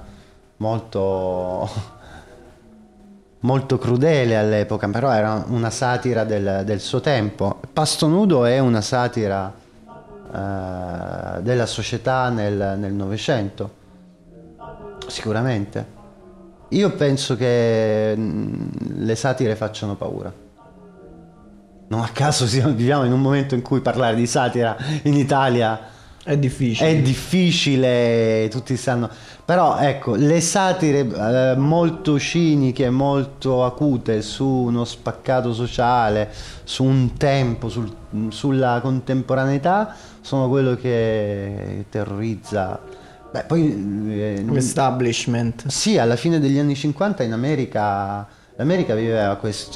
molto crudele all'epoca, però era una satira del suo tempo. Pasto Nudo è una satira della società nel Novecento, sicuramente. Io penso che le satire facciano paura. Non a caso viviamo in un momento in cui parlare di satira in Italia È difficile. è difficile, tutti sanno. Però ecco, le satire molto ciniche, molto acute su uno spaccato sociale, su un tempo, sulla contemporaneità, sono quello che terrorizza. Beh, poi L'establishment. sì, alla fine degli anni 50 in America, l'America viveva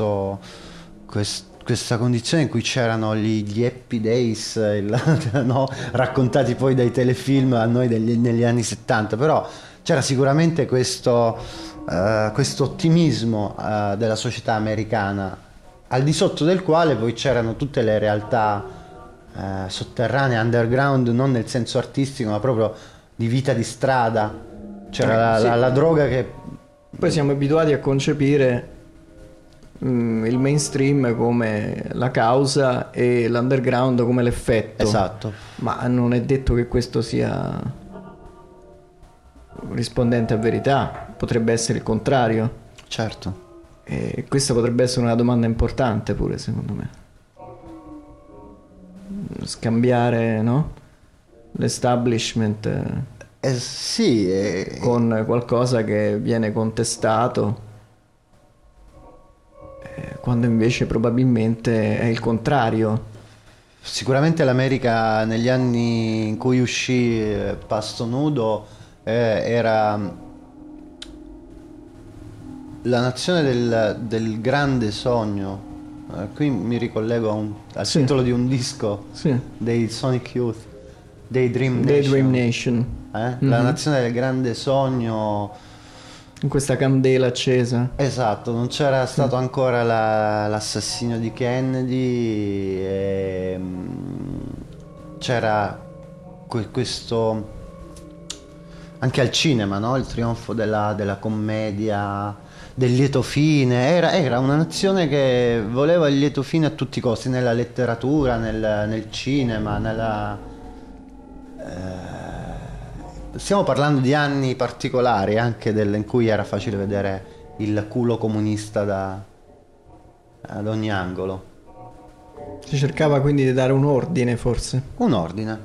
questa condizione in cui c'erano gli Happy Days, no? Raccontati poi dai telefilm a noi negli anni 70, però c'era sicuramente questo ottimismo della società americana, al di sotto del quale poi c'erano tutte le realtà sotterranee, underground, non nel senso artistico, ma proprio di vita di strada. C'era Sì. la droga che... Poi siamo abituati a concepire il mainstream come la causa e l'underground come l'effetto. Esatto. Ma non è detto che questo sia rispondente a verità, potrebbe essere il contrario. Certo. E questa potrebbe essere una domanda importante pure, secondo me. Scambiare, no? L'establishment Sì, con qualcosa che viene contestato, quando invece probabilmente è il contrario. sicuramente l'America negli anni in cui uscì Pasto Nudo era la nazione del grande sogno. Qui mi ricollego al Sì. titolo di un disco Sì. dei Sonic Youth, Daydream Nation. Daydream Nation. La Mhm. nazione del grande sogno. In questa candela accesa. Esatto, non c'era stato ancora l'assassinio di Kennedy, e, c'era questo anche al cinema, no? Il trionfo della commedia, del lieto fine. Era una nazione che voleva il lieto fine a tutti i costi, nella letteratura, nel cinema, stiamo parlando di anni particolari, anche in cui era facile vedere il culo comunista ad ogni angolo. Si cercava quindi di dare un ordine, forse. Un ordine.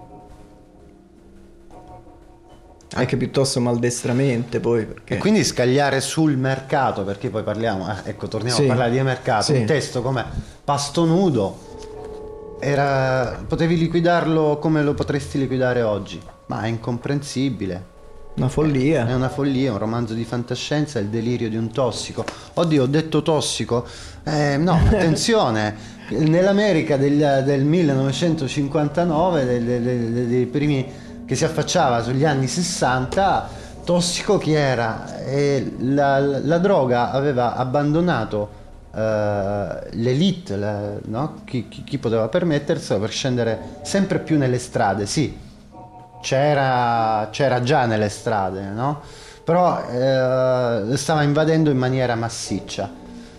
Anche piuttosto maldestramente, poi, perché... E quindi scagliare sul mercato, perché poi parliamo, ecco, torniamo Sì. a parlare di mercato. Sì. Un testo come Pasto Nudo potevi liquidarlo come lo potresti liquidare oggi, ma è incomprensibile. Una follia. È una follia, un romanzo di fantascienza, il delirio di un tossico. Oddio, ho detto tossico? No, attenzione, nell'America del 1959, dei primi che si affacciava sugli anni 60, tossico chi era? E la droga aveva abbandonato l'elite, no? Chi poteva permetterselo, per scendere sempre più nelle strade. Sì, c'era già nelle strade, no? Però stava invadendo in maniera massiccia.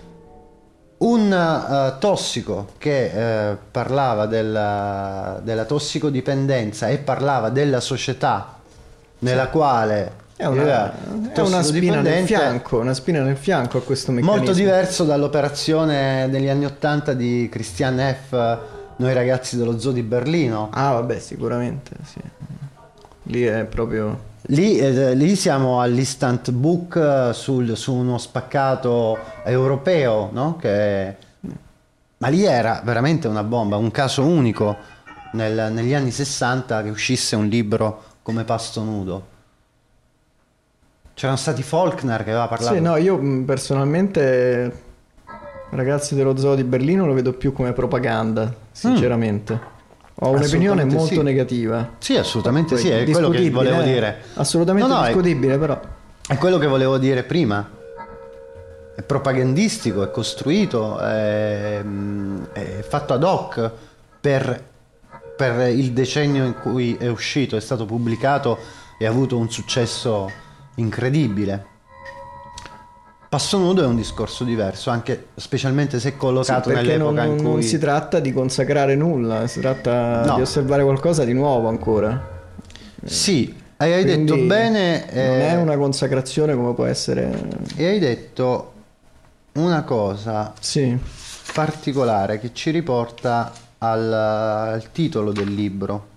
Un tossico che parlava della tossicodipendenza e parlava della società nella quale è una spina nel fianco, a questo meccanismo. Molto diverso dall'operazione degli anni '80 di Christian F., Noi ragazzi dello zoo di Berlino. Ah, vabbè, sicuramente, sì. Lì è proprio... Lì siamo all'instant book su uno spaccato europeo, no? Ma lì era veramente una bomba, un caso unico negli anni 60 che uscisse un libro come Pasto Nudo. C'erano stati Faulkner che aveva parlato. Sì, no, io personalmente Ragazzi dello zoo di Berlino lo vedo più come propaganda, sinceramente. Ho un'opinione molto sì. negativa. Sì, assolutamente sì, è quello che volevo dire. Assolutamente discutibile, però. È quello che volevo dire prima. È propagandistico, è costruito, è fatto ad hoc per il decennio in cui è uscito, è stato pubblicato e ha avuto un successo incredibile. Pasto Nudo è un discorso diverso, anche specialmente se collocato nell'epoca in cui... non si tratta di consacrare nulla, si tratta di osservare qualcosa di nuovo ancora. Sì, hai detto bene. Non è una consacrazione come può essere... E hai detto una cosa particolare che ci riporta al titolo del libro.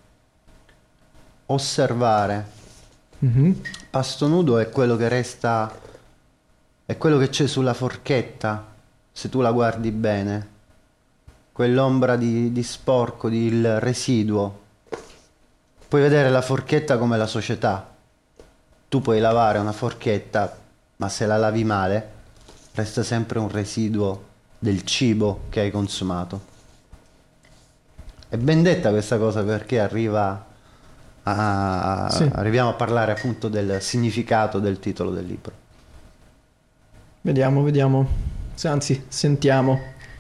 Osservare. Mm-hmm. Pasto Nudo è quello che resta... È quello che c'è sulla forchetta, se tu la guardi bene. Quell'ombra di sporco, di residuo. Puoi vedere la forchetta come la società. Tu puoi lavare una forchetta, ma se la lavi male, resta sempre un residuo del cibo che hai consumato. È ben detta questa cosa perché arriviamo a parlare appunto del significato del titolo del libro. Vediamo. Anzi, sentiamo.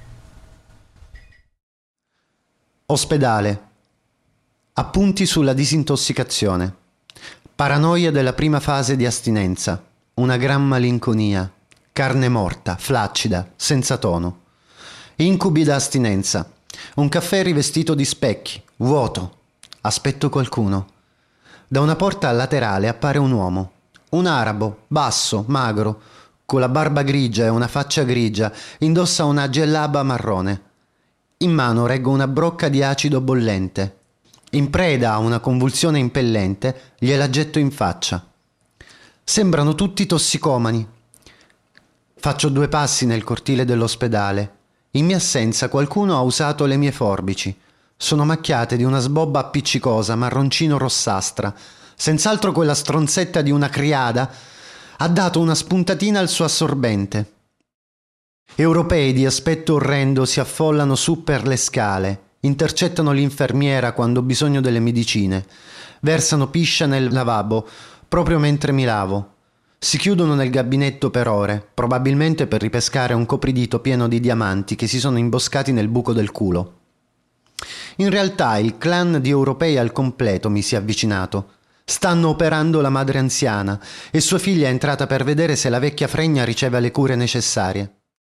Ospedale. Appunti sulla disintossicazione. Paranoia della prima fase di astinenza. Una gran malinconia. Carne morta, flaccida, senza tono. Incubi da astinenza. Un caffè rivestito di specchi, vuoto. Aspetto qualcuno. Da una porta laterale appare un uomo. Un arabo, basso, magro, con la barba grigia e una faccia grigia, indossa una gellaba marrone. In mano reggo una brocca di acido bollente. In preda a una convulsione impellente, gliela getto in faccia. Sembrano tutti tossicomani. Faccio 2 passi nel cortile dell'ospedale. In mia assenza qualcuno ha usato le mie forbici. Sono macchiate di una sbobba appiccicosa, marroncino-rossastra. Senz'altro quella stronzetta di una criada ha dato una spuntatina al suo assorbente. Europei di aspetto orrendo si affollano su per le scale, intercettano l'infermiera quando ho bisogno delle medicine, versano piscia nel lavabo proprio mentre mi lavo, si chiudono nel gabinetto per ore, probabilmente per ripescare un copridito pieno di diamanti che si sono imboscati nel buco del culo. In realtà il clan di europei al completo mi si è avvicinato. Stanno operando la madre anziana e sua figlia è entrata per vedere se la vecchia fregna riceve le cure necessarie.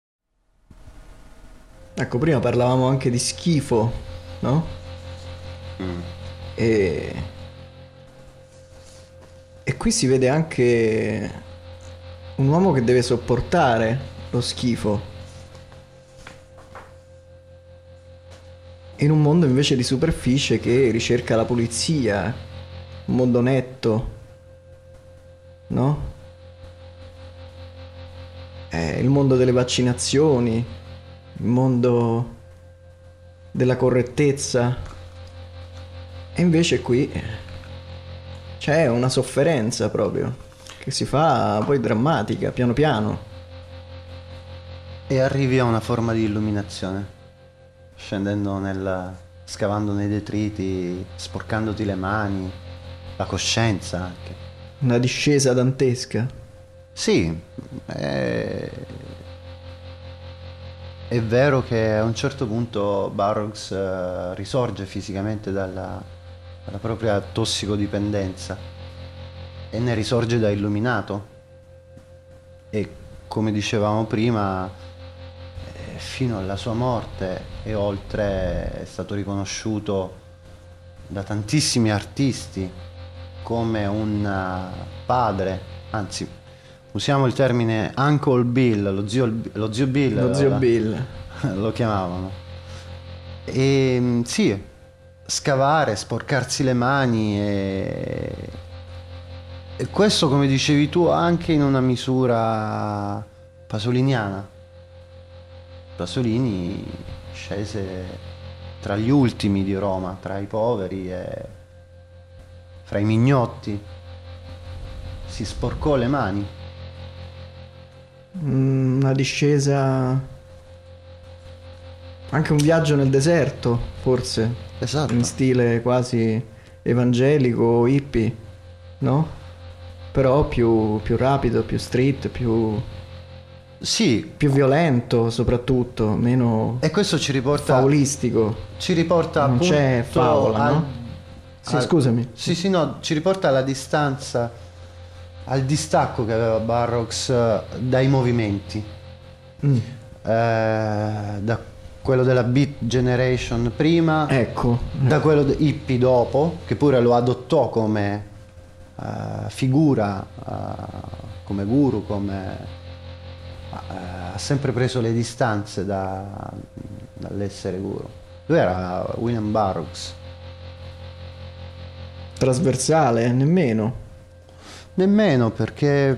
Ecco, prima parlavamo anche di schifo, no? E qui si vede anche un uomo che deve sopportare lo schifo in un mondo invece di superficie che ricerca la pulizia. Un mondo netto, no? Il mondo delle vaccinazioni, il mondo della correttezza. E invece qui c'è una sofferenza proprio che si fa poi drammatica, piano piano. E arrivi a una forma di illuminazione, scavando nei detriti, sporcandoti le mani. la coscienza anche. Una discesa dantesca. Sì, è vero che a un certo punto Burroughs risorge fisicamente dalla propria tossicodipendenza e ne risorge da illuminato. E come dicevamo prima, fino alla sua morte e oltre è stato riconosciuto da tantissimi artisti come un padre, anzi usiamo il termine Uncle Bill, lo zio Bill, Lo zio Bill. lo chiamavano. E sì, scavare, sporcarsi le mani e questo, come dicevi tu, anche in una misura pasoliniana. Pasolini scese tra gli ultimi di Roma, tra i poveri e fra i mignotti, si sporcò le mani. Una discesa, anche un viaggio nel deserto, forse, Esatto. in stile quasi evangelico, hippie, no? Però più rapido, più street, Sì, più violento soprattutto, meno e questo ci riporta faolistico. non Non c'è favola, no? Sì, scusami. Sì, no, ci riporta alla distanza, al distacco che aveva Burroughs dai movimenti. Da quello della Beat Generation prima, Ecco, da quello hippie dopo, che pure lo adottò come figura, come guru, ha sempre preso le distanze dall'essere guru. Lui era William Burroughs. trasversale, nemmeno. Nemmeno, perché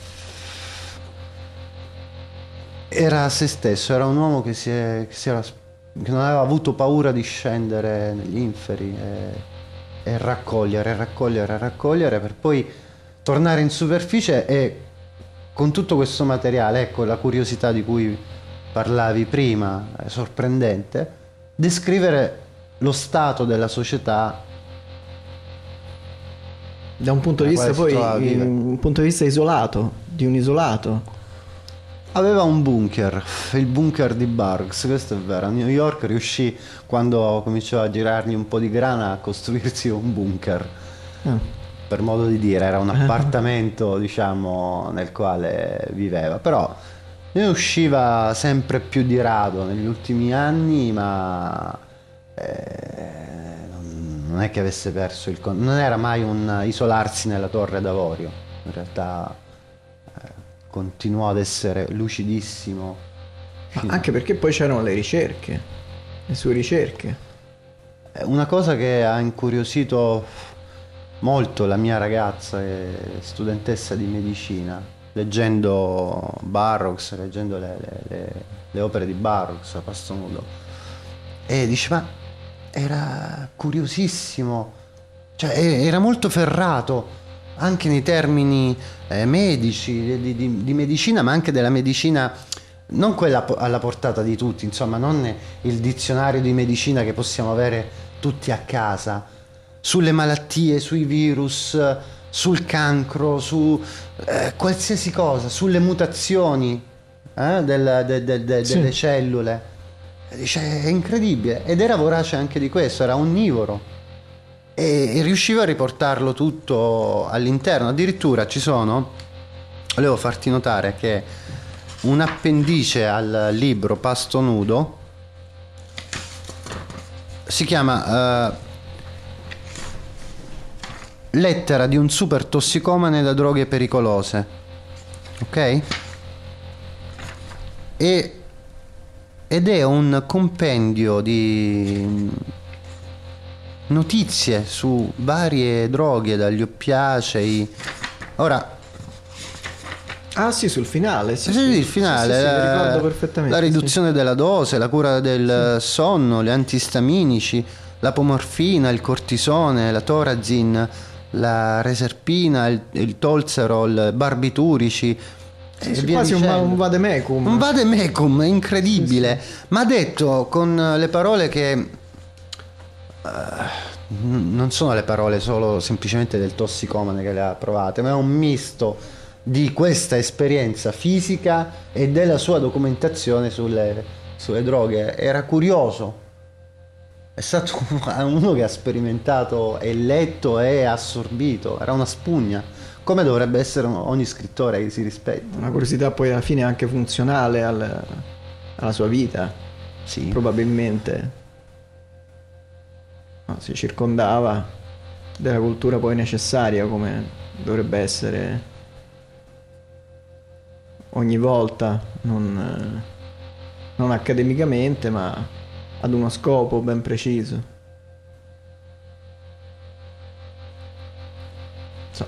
era se stesso, era un uomo che non aveva avuto paura di scendere negli inferi e raccogliere per poi tornare in superficie e con tutto questo materiale, ecco la curiosità di cui parlavi prima, è sorprendente, descrivere lo stato della società Da un punto di quale vista si trova a poi, vivere. un punto di vista isolato, di un isolato. Aveva un bunker, il bunker di Burroughs, questo è vero. A New York riuscì, quando cominciò a girargli un po' di grana, a costruirsi un bunker, per modo di dire, era un appartamento, diciamo, nel quale viveva. Però ne usciva sempre più di rado negli ultimi anni, ma non è che avesse perso non era mai un isolarsi nella torre d'avorio. In realtà continuò ad essere lucidissimo. Ma anche perché poi c'erano le ricerche, le sue ricerche. Una cosa che ha incuriosito molto la mia ragazza, studentessa di medicina, leggendo Burroughs, leggendo le opere di Burroughs a pasto nudo, e dice: ma era curiosissimo, cioè era molto ferrato anche nei termini medici, di medicina, ma anche della medicina non quella alla portata di tutti, insomma, non il dizionario di medicina che possiamo avere tutti a casa, sulle malattie, sui virus, sul cancro, su qualsiasi cosa, sulle mutazioni delle cellule. Dice, è incredibile. Ed era vorace anche di questo, era onnivoro e riusciva a riportarlo tutto all'interno. Addirittura volevo farti notare che un appendice al libro Pasto Nudo si chiama Lettera di un super tossicomane da droghe pericolose, ok? Ed è un compendio di notizie su varie droghe, dagli oppiacei. Ora, Ah sì, sul finale. Sì, sì, il finale, Sì, mi ricordo perfettamente. la riduzione della dose, la cura del sonno, gli antistaminici, l'apomorfina, il cortisone, la Thorazin, la reserpina, il Tolserol, barbiturici. Sì, sì, quasi un vademecum. Un vademecum incredibile, ma detto con le parole che non sono le parole solo semplicemente del tossicomane che le ha provate, ma è un misto di questa esperienza fisica e della sua documentazione sulle droghe. Era curioso, è stato uno che ha sperimentato e letto e assorbito, era una spugna, come dovrebbe essere ogni scrittore che si rispetta. Una curiosità poi alla fine anche funzionale alla sua vita, Sì. probabilmente. No, si circondava della cultura poi necessaria, come dovrebbe essere ogni volta, non accademicamente, ma ad uno scopo ben preciso. So.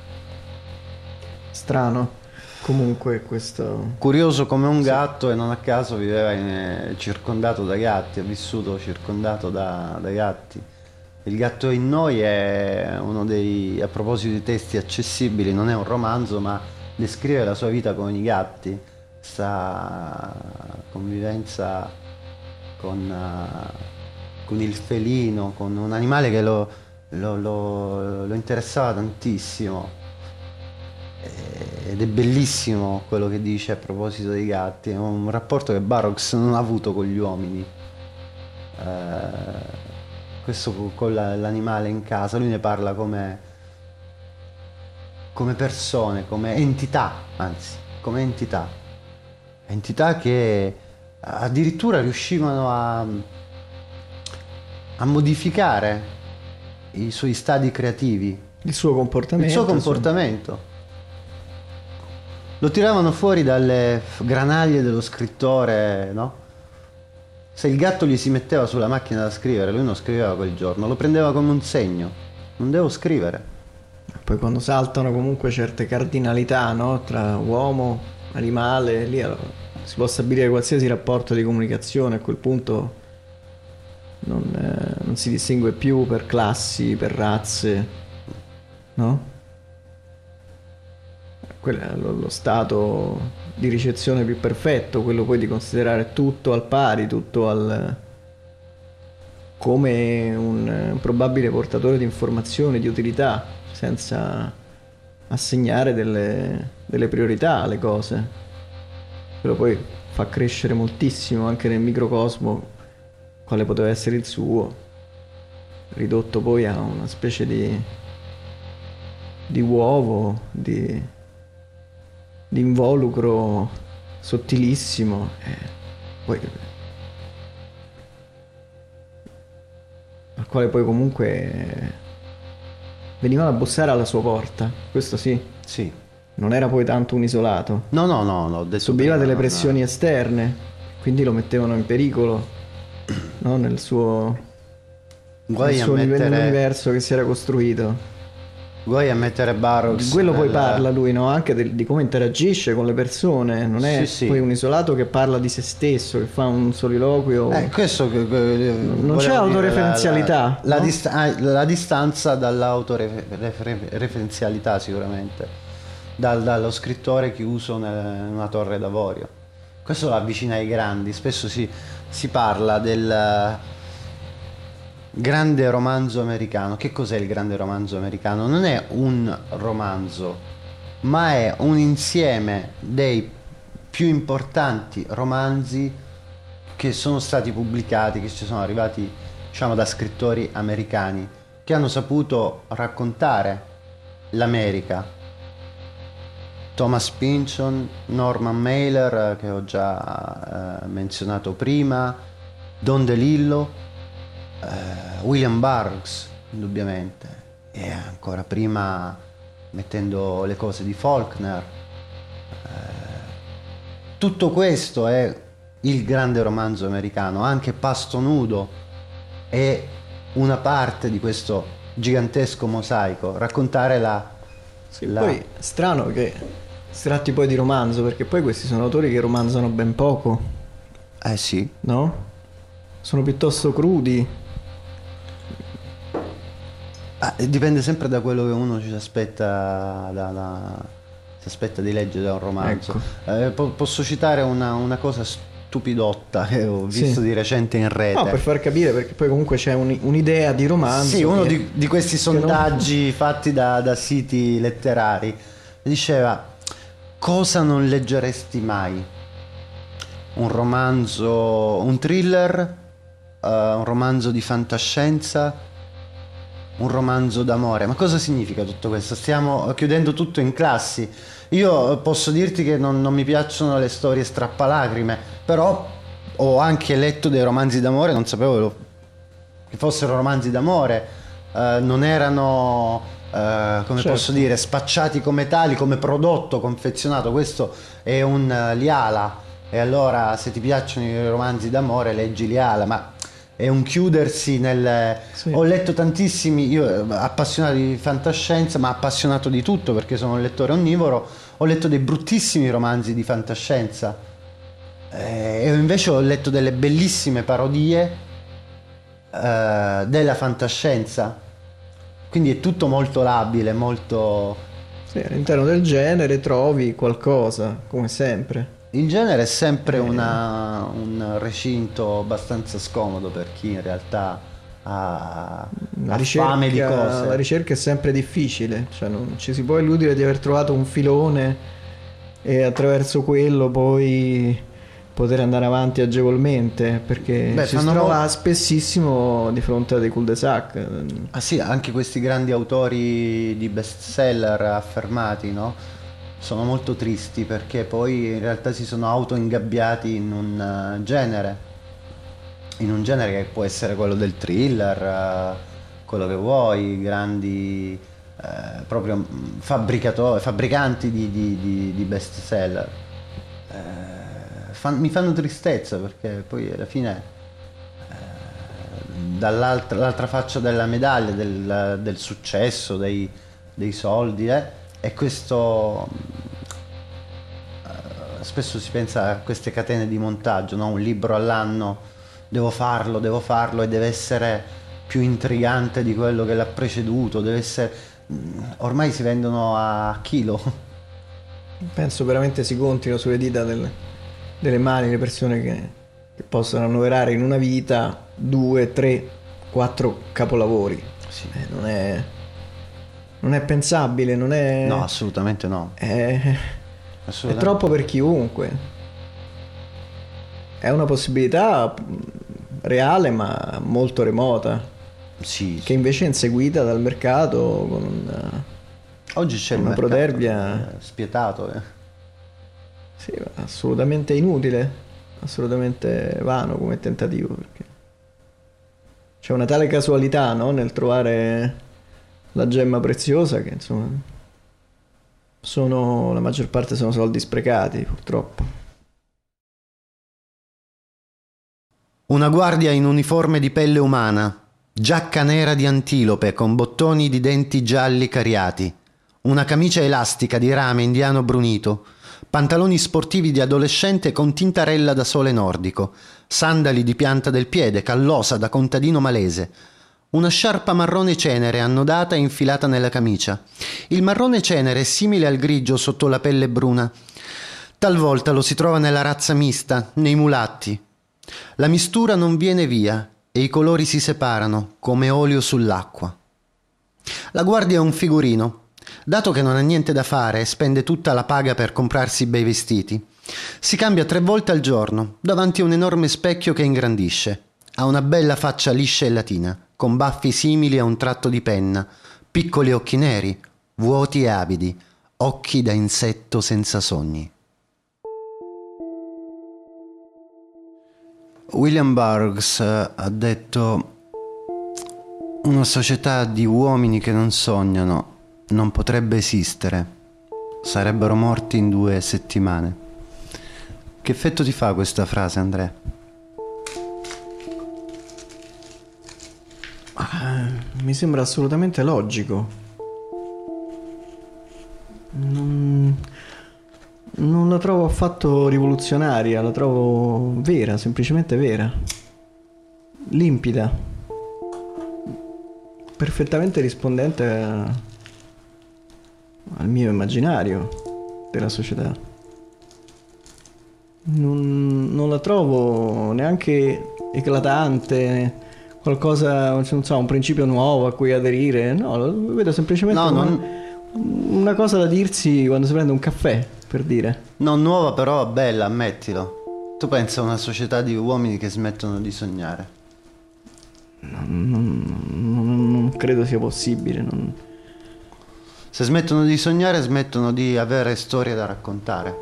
Strano comunque questo. Curioso come un gatto, e non a caso viveva circondato da gatti, ha vissuto circondato dai gatti. Il gatto in noi è uno dei, a proposito di testi accessibili, non è un romanzo, ma descrive la sua vita con i gatti, questa convivenza con il felino, con un animale che lo interessava tantissimo. Ed è bellissimo quello che dice a proposito dei gatti, è un rapporto che Burroughs non ha avuto con gli uomini. Questo con l'animale in casa, lui ne parla come persone, come entità, anzi, come entità che addirittura riuscivano a modificare i suoi stadi creativi, Il suo comportamento. il suo comportamento. Lo tiravano fuori dalle granaglie dello scrittore, no? Se il gatto gli si metteva sulla macchina da scrivere, lui non scriveva quel giorno, lo prendeva come un segno. Non devo scrivere. Poi quando saltano comunque certe cardinalità, no? Tra uomo, animale, lì si può stabilire qualsiasi rapporto di comunicazione, a quel punto non si distingue più per classi, per razze, no? Quello è lo stato di ricezione più perfetto, quello poi di considerare tutto al pari, tutto come un probabile portatore di informazioni, di utilità, senza assegnare delle priorità alle cose. Quello poi fa crescere moltissimo anche nel microcosmo quale poteva essere il suo, ridotto poi a una specie di uovo, di involucro sottilissimo, poi, al quale poi comunque venivano a bussare alla sua porta, questo sì, Sì. non era poi tanto un isolato, No, ho detto subiva prima, delle non- pressioni esterne, quindi lo mettevano in pericolo, no? Nel suo Guai a mettere nell'universo che si era costruito. Burroughs Di quello poi nel- parla lui, no? Anche di come interagisce con le persone, non è Sì, sì. poi un isolato che parla di se stesso, che fa un soliloquio. questo Non c'è autoreferenzialità, no? La distanza dall'autoreferenzialità sicuramente, dallo scrittore chiuso in una torre d'avorio. Questo lo avvicina ai grandi. Spesso si parla del grande romanzo americano. Che cos'è il grande romanzo americano? Non è un romanzo, ma è un insieme dei più importanti romanzi che sono stati pubblicati, che ci sono arrivati, diciamo, da scrittori americani che hanno saputo raccontare l'America. Thomas Pynchon, Norman Mailer, che ho già menzionato prima, Don DeLillo, William Burroughs, indubbiamente, e ancora prima mettendo le cose di Faulkner. Tutto questo è il grande romanzo americano. Anche Pasto Nudo è una parte di questo gigantesco mosaico, raccontare Sì, poi è strano che si tratti poi di romanzo, perché poi questi sono autori che romanzano ben poco, sì. no? Sono piuttosto crudi. Dipende sempre da quello che uno ci aspetta si aspetta di leggere da un romanzo. Ecco. Posso citare una cosa stupidotta che ho Sì. visto di recente in rete. No, per far capire, perché poi comunque c'è un'idea di romanzo. Sì, uno che- di questi che non- sondaggi fatti da siti letterari diceva: cosa non leggeresti mai? Un romanzo, un thriller, un romanzo di fantascienza, un romanzo d'amore. Ma cosa significa tutto questo? Stiamo chiudendo tutto in classi. Io posso dirti che non mi piacciono le storie strappalacrime, però ho anche letto dei romanzi d'amore, non sapevo che fossero romanzi d'amore, non erano, come Certo. posso dire, spacciati come tali, come prodotto confezionato. Questo è un Liala, e allora se ti piacciono i romanzi d'amore leggi Liala, ma è un chiudersi nel... Sì. Ho letto tantissimi, io appassionato di fantascienza, ma appassionato di tutto perché sono un lettore onnivoro, ho letto dei bruttissimi romanzi di fantascienza, e invece ho letto delle bellissime parodie della fantascienza, quindi è tutto molto labile, molto... Sì, all'interno del genere trovi qualcosa, come sempre. Il genere è sempre un recinto abbastanza scomodo per chi in realtà ha fame di cose. La ricerca è sempre difficile, cioè non ci si può illudere di aver trovato un filone e attraverso quello poi poter andare avanti agevolmente, perché Beh, si fanno trova spessissimo di fronte a dei cul-de-sac. Ah sì, anche questi grandi autori di bestseller affermati, no? Sono molto tristi perché poi in realtà si sono auto-ingabbiati in un genere che può essere quello del thriller, quello che vuoi, grandi proprio fabbricanti di bestseller. Mi fanno tristezza perché poi alla fine l'altra faccia della medaglia del successo, dei soldi, è questo. Spesso si pensa a queste catene di montaggio, no? Un libro all'anno, devo farlo e deve essere più intrigante di quello che l'ha preceduto, deve essere... Ormai si vendono a chilo. Penso veramente si contino sulle dita delle mani le persone che possono annoverare in una vita 2, 3, 4 capolavori. Sì. Non è pensabile, non è... No, assolutamente no. È Assolutamente. troppo per chiunque. È una possibilità reale ma molto remota, Sì, che invece è inseguita dal mercato con oggi c'è il una mercato protervia. spietato. Sì, assolutamente inutile, assolutamente vano come tentativo, perché c'è una tale casualità, no, nel trovare la gemma preziosa che insomma la maggior parte sono soldi sprecati, purtroppo. Una guardia in uniforme di pelle umana, giacca nera di antilope con bottoni di denti gialli cariati, una camicia elastica di rame indiano brunito, pantaloni sportivi di adolescente con tintarella da sole nordico, sandali di pianta del piede, callosa da contadino malese, una sciarpa marrone cenere annodata e infilata nella camicia. Il marrone cenere è simile al grigio sotto la pelle bruna. Talvolta lo si trova nella razza mista, nei mulatti. La mistura non viene via e i colori si separano come olio sull'acqua. La guardia è un figurino. Dato che non ha niente da fare e spende tutta la paga per comprarsi bei vestiti, si cambia 3 volte al giorno davanti a un enorme specchio che ingrandisce. Ha una bella faccia liscia e latina, con baffi simili a un tratto di penna, piccoli occhi neri, vuoti e avidi, occhi da insetto senza sogni. William Burroughs ha detto: una società di uomini che non sognano non potrebbe esistere, sarebbero morti in 2 settimane. Che effetto ti fa questa frase, Andrea? Mi sembra assolutamente logico. Non la trovo affatto rivoluzionaria, la trovo vera, semplicemente vera. Limpida. Perfettamente rispondente al mio immaginario della società. non la trovo neanche eclatante, qualcosa, non so, un principio nuovo a cui aderire. No, lo vedo semplicemente No, una cosa da dirsi quando si prende un caffè, per dire. non nuova, però bella, ammettilo. Tu pensa a una società di uomini che smettono di sognare? Non credo sia possibile. Se smettono di sognare, smettono di avere storie da raccontare.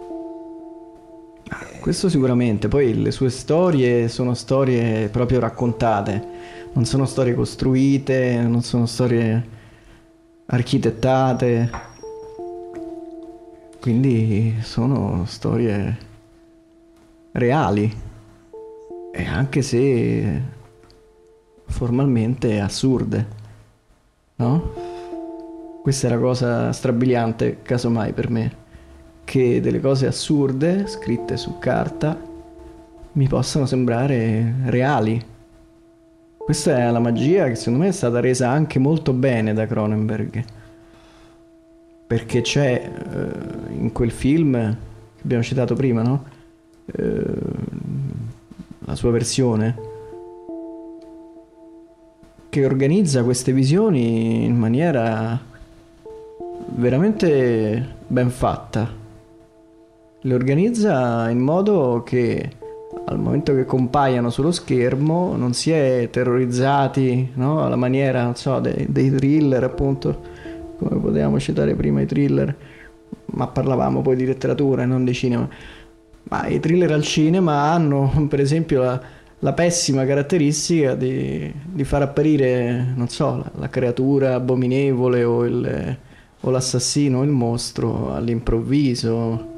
Questo sicuramente. Poi le sue storie sono storie proprio raccontate, non sono storie costruite, non sono storie architettate, quindi sono storie reali, e anche se formalmente assurde, no? Questa è la cosa strabiliante, casomai per me, che delle cose assurde scritte su carta mi possano sembrare reali. Questa è la magia che secondo me è stata resa anche molto bene da Cronenberg, perché c'è in quel film che abbiamo citato prima, no? La sua versione, che organizza queste visioni in maniera veramente ben fatta. Le organizza in modo che al momento che compaiano sullo schermo non si è terrorizzati, no? Alla maniera, non so, dei thriller, appunto, come potevamo citare prima i thriller, ma parlavamo poi di letteratura e non di cinema. Ma i thriller al cinema hanno, per esempio, la pessima caratteristica di far apparire, non so, la creatura abominevole o l'assassino o il mostro all'improvviso,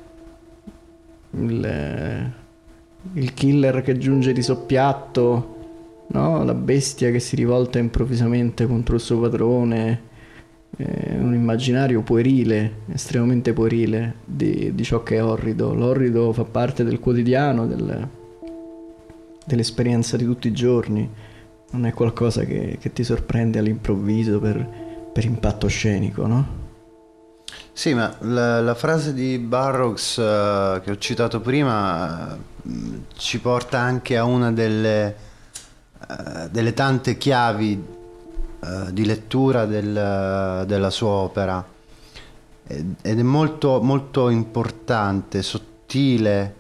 il killer che giunge di soppiatto, no? La bestia che si rivolta improvvisamente contro il suo padrone, un immaginario puerile, estremamente puerile di ciò che è orrido. L'orrido fa parte del quotidiano, dell'esperienza di tutti i giorni, non è qualcosa che ti sorprende all'improvviso per impatto scenico, no? Sì, ma la frase di Burroughs che ho citato prima ci porta anche a una delle tante chiavi di lettura della sua opera, ed è molto, molto importante, sottile,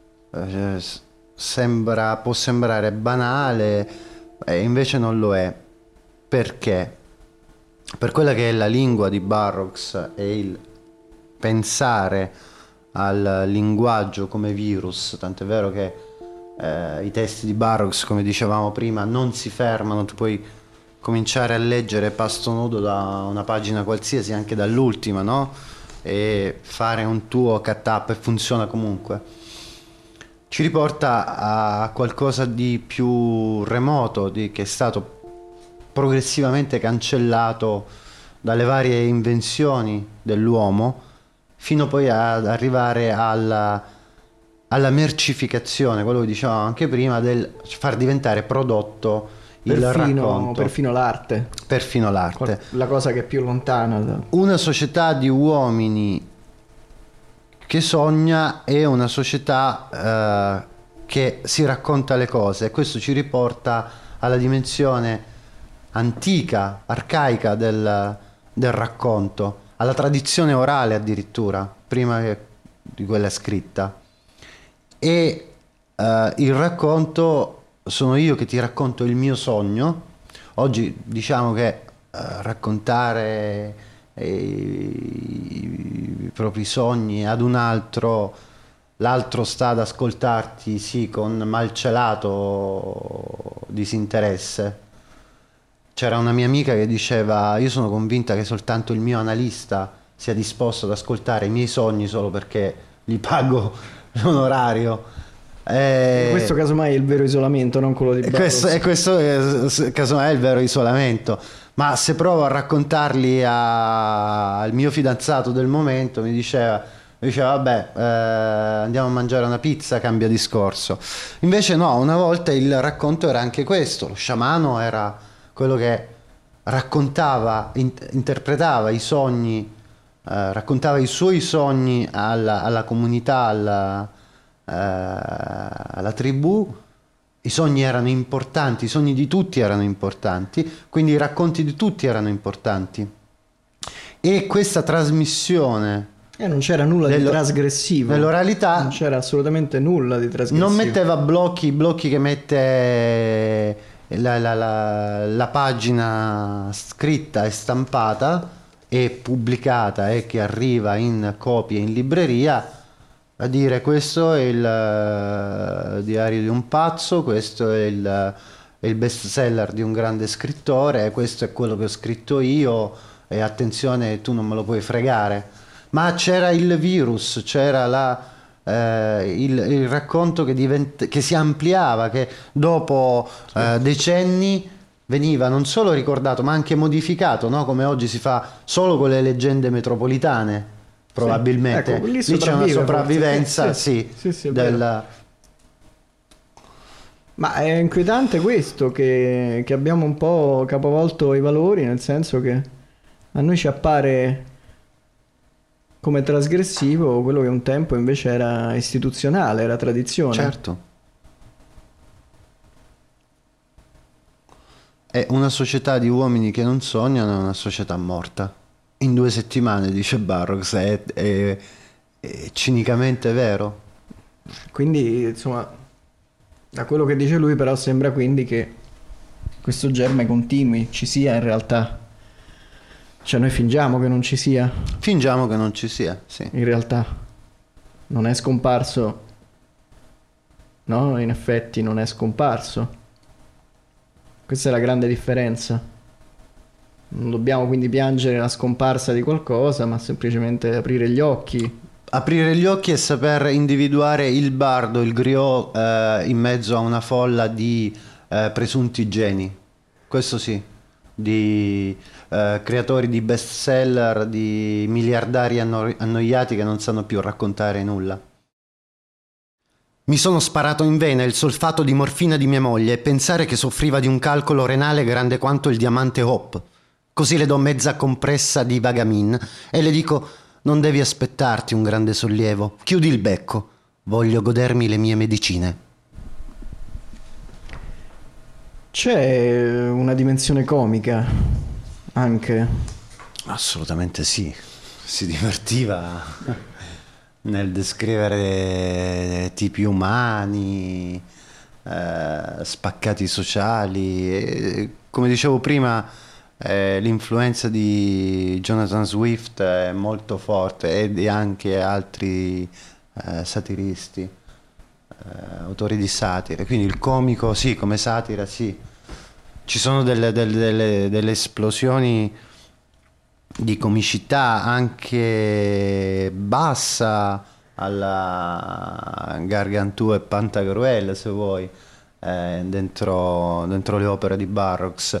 può sembrare banale e invece non lo è. Perché? Per quella che è la lingua di Burroughs e il pensare al linguaggio come virus, tant'è vero che i testi di Burroughs, come dicevamo prima, non si fermano. Tu puoi cominciare a leggere Pasto Nudo da una pagina qualsiasi, anche dall'ultima, no? E fare un tuo cut-up e funziona comunque. Ci riporta a qualcosa di più remoto, che è stato progressivamente cancellato dalle varie invenzioni dell'uomo, fino poi ad arrivare alla mercificazione, quello che dicevamo anche prima, del far diventare prodotto il racconto. Perfino l'arte. Perfino l'arte. La cosa che è più lontana. Una società di uomini che sogna è una società che si racconta le cose, e questo ci riporta alla dimensione antica, arcaica del racconto, alla tradizione orale addirittura, prima di quella scritta. E il racconto sono io che ti racconto il mio sogno. Oggi diciamo che raccontare i propri sogni ad un altro, l'altro sta ad ascoltarti, sì, con malcelato disinteresse. C'era una mia amica che diceva: io sono convinta che soltanto il mio analista sia disposto ad ascoltare i miei sogni solo perché gli pago l'onorario. Questo casomai è il vero isolamento, non quello di Burroughs. Questo casomai è il vero isolamento. Ma se provo a raccontarli al mio fidanzato del momento, mi diceva vabbè, andiamo a mangiare una pizza, cambia discorso. Invece no, una volta il racconto era anche questo. Lo sciamano era quello che raccontava, interpretava i sogni, raccontava i suoi sogni alla comunità, la tribù, i sogni erano importanti, i sogni di tutti erano importanti, quindi i racconti di tutti erano importanti. E questa trasmissione non c'era nulla di trasgressivo. Nell'oralità non c'era assolutamente nulla di trasgressivo. Non metteva blocchi che mette la pagina scritta e stampata e pubblicata e che arriva in copie in libreria, a dire questo è il diario di un pazzo, questo è il best seller di un grande scrittore, questo è quello che ho scritto io e attenzione, tu non me lo puoi fregare. Ma c'era il virus, c'era il racconto che si ampliava, che dopo decenni veniva non solo ricordato ma anche modificato, no? Come oggi si fa solo con le leggende metropolitane, probabilmente. Ecco, lì c'è una sopravvivenza sì, del... Ma è inquietante questo, che abbiamo un po' capovolto i valori, nel senso che a noi ci appare come trasgressivo quello che un tempo invece era istituzionale, era tradizione. Certo. È una società di uomini che non sognano, è una società morta. In 2 settimane, dice Burroughs, è cinicamente vero. Quindi, insomma, da quello che dice lui, però sembra quindi che questo germe continui, ci sia in realtà. Cioè noi fingiamo che non ci sia. Fingiamo che non ci sia, sì. In realtà non è scomparso. No, in effetti non è scomparso. Questa è la grande differenza. Non dobbiamo quindi piangere la scomparsa di qualcosa, ma semplicemente aprire gli occhi. Aprire gli occhi e saper individuare il bardo, il griot, in mezzo a una folla di presunti geni. Questo sì, di creatori di bestseller, di miliardari annoiati che non sanno più raccontare nulla. Mi sono sparato in vena il solfato di morfina di mia moglie e pensare che soffriva di un calcolo renale grande quanto il diamante Hope. Così le do mezza compressa di Vagamin e le dico: non devi aspettarti un grande sollievo, chiudi il becco, voglio godermi le mie medicine. C'è una dimensione comica anche. Assolutamente sì, si divertiva nel descrivere tipi umani, spaccati sociali, e, come dicevo prima, l'influenza di Jonathan Swift è molto forte e di anche altri satiristi, autori di satire, quindi il comico sì, come satira sì, ci sono delle esplosioni di comicità anche bassa alla Gargantù e Pantagruel, se vuoi, dentro le opere di Burroughs.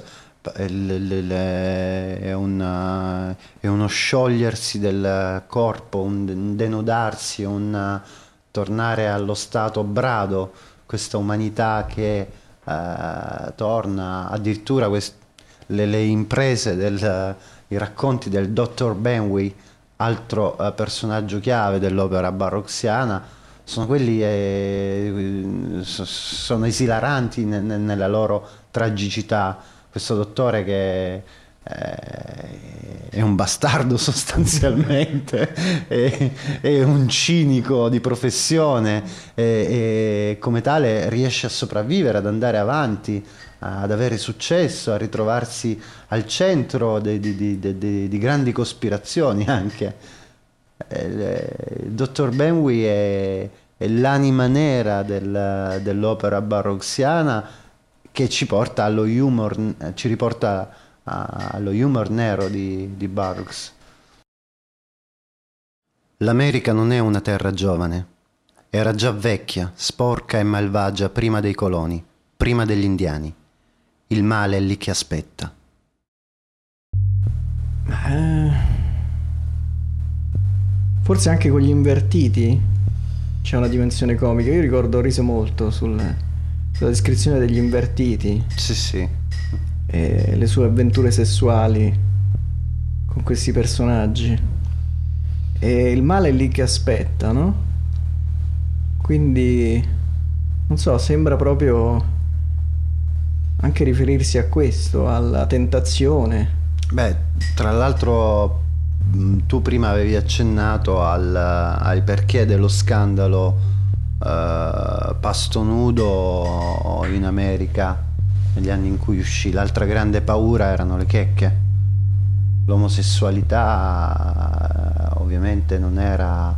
È uno sciogliersi del corpo, un denudarsi, un tornare allo stato brado, questa umanità che torna, addirittura le imprese i racconti del Dr. Benway, altro personaggio chiave dell'opera barroxiana, sono quelli sono esilaranti nella loro tragicità. Questo dottore che è un bastardo sostanzialmente, è un cinico di professione e come tale riesce a sopravvivere, ad andare avanti, ad avere successo, a ritrovarsi al centro di grandi cospirazioni anche. Il dottor Benway è l'anima nera dell'opera barroxiana, che ci porta allo humor, ci riporta allo humor nero di Burroughs. L'America non è una terra giovane, era già vecchia, sporca e malvagia prima dei coloni, prima degli indiani. Il male è lì che aspetta. Forse anche con gli invertiti c'è una dimensione comica. Io ricordo, ho riso molto sulla descrizione degli invertiti. Sì. E le sue avventure sessuali con questi personaggi. E il male è lì che aspetta, no? Quindi, non so, sembra proprio anche riferirsi a questo, alla tentazione. Beh, tra l'altro tu prima avevi accennato ai perché dello scandalo Pasto Nudo in America negli anni in cui uscì. L'altra grande paura erano le checche. L'omosessualità ovviamente non era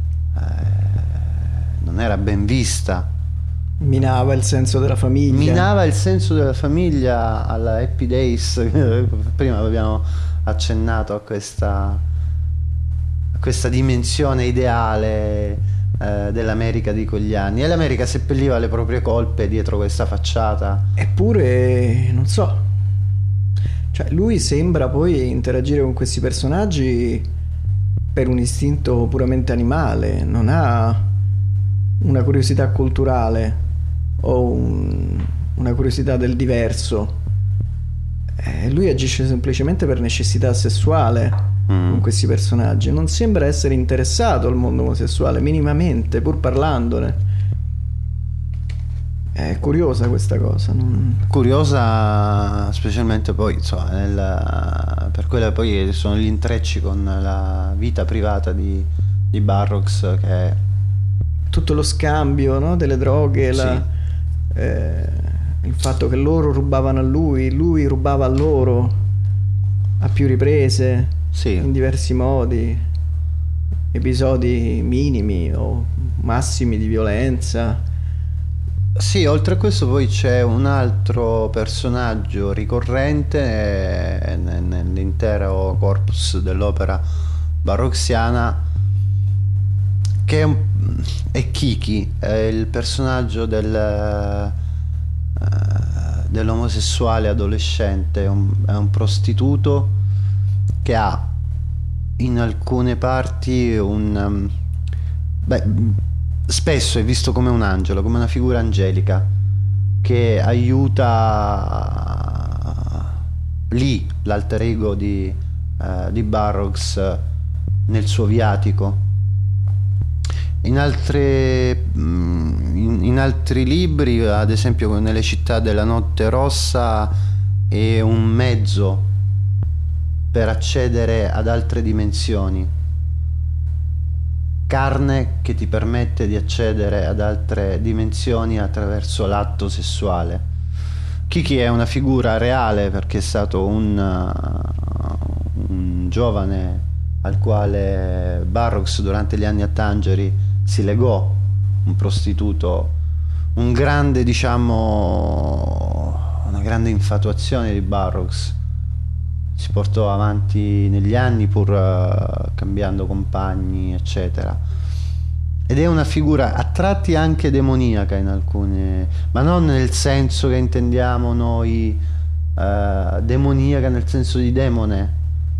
ben vista. Minava il senso della famiglia. Minava il senso della famiglia alla Happy Days. Prima abbiamo accennato a questa dimensione ideale dell'America di quegli anni, e l'America seppelliva le proprie colpe dietro questa facciata. Eppure, non so, cioè lui sembra poi interagire con questi personaggi per un istinto puramente animale, non ha una curiosità culturale o una curiosità del diverso. Lui agisce semplicemente per necessità sessuale con questi personaggi. Non sembra essere interessato al mondo omosessuale minimamente, pur parlandone. È curiosa questa cosa. Curiosa specialmente poi, insomma, per quella poi sono gli intrecci con la vita privata di Burroughs, che è tutto lo scambio, no, delle droghe, sì. Il fatto che loro rubavano a lui rubava a loro a più riprese, sì. In diversi modi, episodi minimi o massimi di violenza. Sì, oltre a questo poi c'è un altro personaggio ricorrente nell'intero corpus dell'opera barroxiana, che è Kiki, è il personaggio dell'omosessuale adolescente, è un prostituto che ha in alcune parti spesso è visto come un angelo, come una figura angelica che aiuta l'alter ego di Burroughs nel suo viatico. In altri libri, ad esempio nelle città della notte rossa, è un mezzo per accedere ad altre dimensioni, carne che ti permette di accedere ad altre dimensioni attraverso l'atto sessuale. Kiki è una figura reale perché è stato un giovane al quale Burroughs durante gli anni a Tangeri si legò, un prostituto, una grande infatuazione di Burroughs. Si portò avanti negli anni pur cambiando compagni, eccetera. Ed è una figura a tratti anche demoniaca in alcune, ma non nel senso che intendiamo noi, demoniaca nel senso di demone.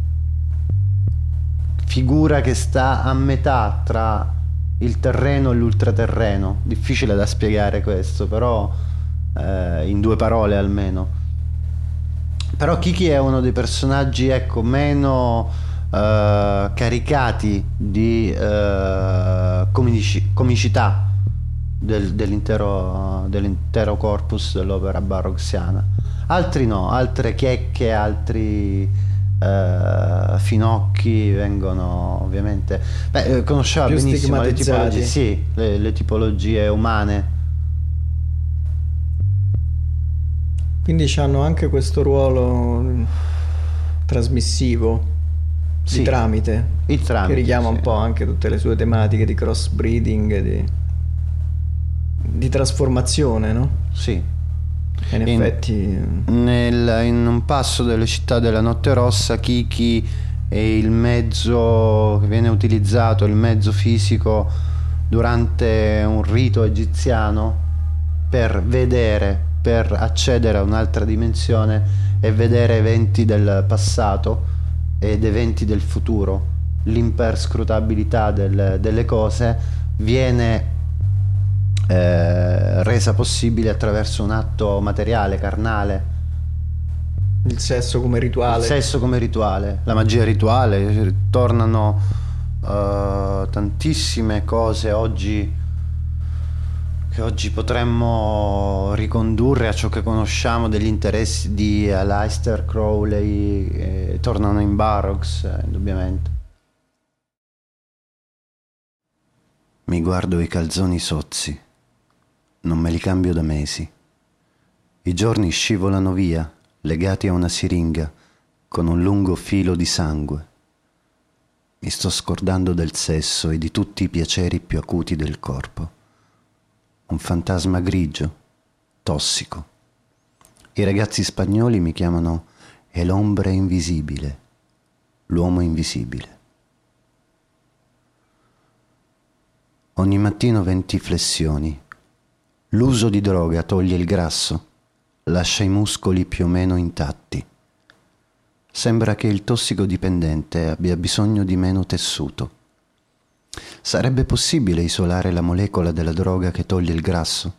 Figura che sta a metà tra il terreno e l'ultraterreno. Difficile da spiegare questo, però in due parole almeno. Però Kiki è uno dei personaggi, ecco, meno caricati di comicità dell'intero corpus dell'opera barroxiana. Altri no, altre checche, altri finocchi vengono ovviamente... conosceva più benissimo le stigmatizzati. tipologie, sì, le tipologie umane. Quindi hanno anche questo ruolo trasmissivo, Sì, di tramite, il tramite, che richiama sì. un po' anche tutte le sue tematiche di crossbreeding, di trasformazione, no? Sì. E in effetti In un passo delle città della notte rossa, Kiki è il mezzo che viene utilizzato, il mezzo fisico durante un rito egiziano per accedere a un'altra dimensione e vedere eventi del passato ed eventi del futuro. L'imperscrutabilità delle cose viene resa possibile attraverso un atto materiale, carnale. il sesso come rituale. Il sesso come rituale, la magia rituale, tornano tantissime cose oggi che oggi potremmo ricondurre a ciò che conosciamo degli interessi di Aleister Crowley, tornano in Burroughs, indubbiamente. Mi guardo i calzoni sozzi, non me li cambio da mesi. I giorni scivolano via, legati a una siringa, con un lungo filo di sangue. Mi sto scordando del sesso e di tutti i piaceri più acuti del corpo. Un fantasma grigio, tossico. I ragazzi spagnoli mi chiamano El hombre invisibile, l'uomo invisibile. Ogni mattino 20 flessioni. L'uso di droga toglie il grasso, lascia i muscoli più o meno intatti. Sembra che il tossicodipendente abbia bisogno di meno tessuto. Sarebbe possibile isolare la molecola della droga che toglie il grasso?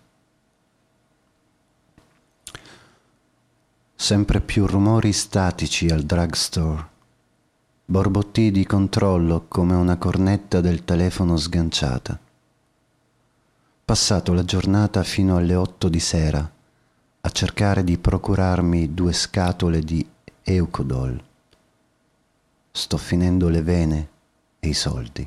Sempre più rumori statici al drugstore. Borbottii di controllo come una cornetta del telefono sganciata. Passato la giornata fino alle 8 di sera a cercare di procurarmi 2 scatole di Eucodol. Sto finendo le vene e i soldi.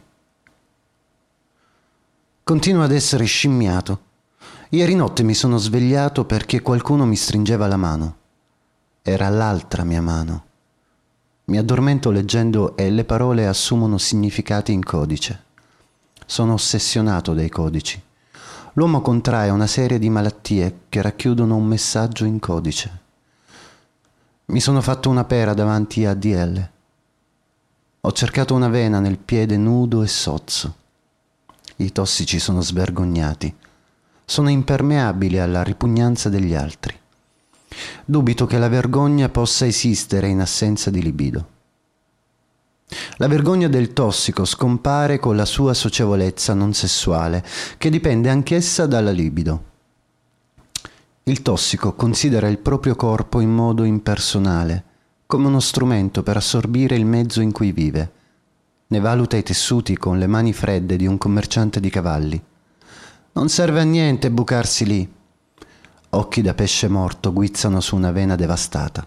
Continuo ad essere scimmiato. Ieri notte mi sono svegliato perché qualcuno mi stringeva la mano. Era l'altra mia mano. Mi addormento leggendo e le parole assumono significati in codice. Sono ossessionato dai codici. L'uomo contrae una serie di malattie che racchiudono un messaggio in codice. Mi sono fatto una pera davanti a DL. Ho cercato una vena nel piede nudo e sozzo. I tossici sono svergognati. Sono impermeabili alla ripugnanza degli altri. Dubito che la vergogna possa esistere in assenza di libido. La vergogna del tossico scompare con la sua socievolezza non sessuale, che dipende anch'essa dalla libido. Il tossico considera il proprio corpo in modo impersonale, come uno strumento per assorbire il mezzo in cui vive. Ne valuta i tessuti con le mani fredde di un commerciante di cavalli. Non serve a niente bucarsi lì. Occhi da pesce morto guizzano su una vena devastata.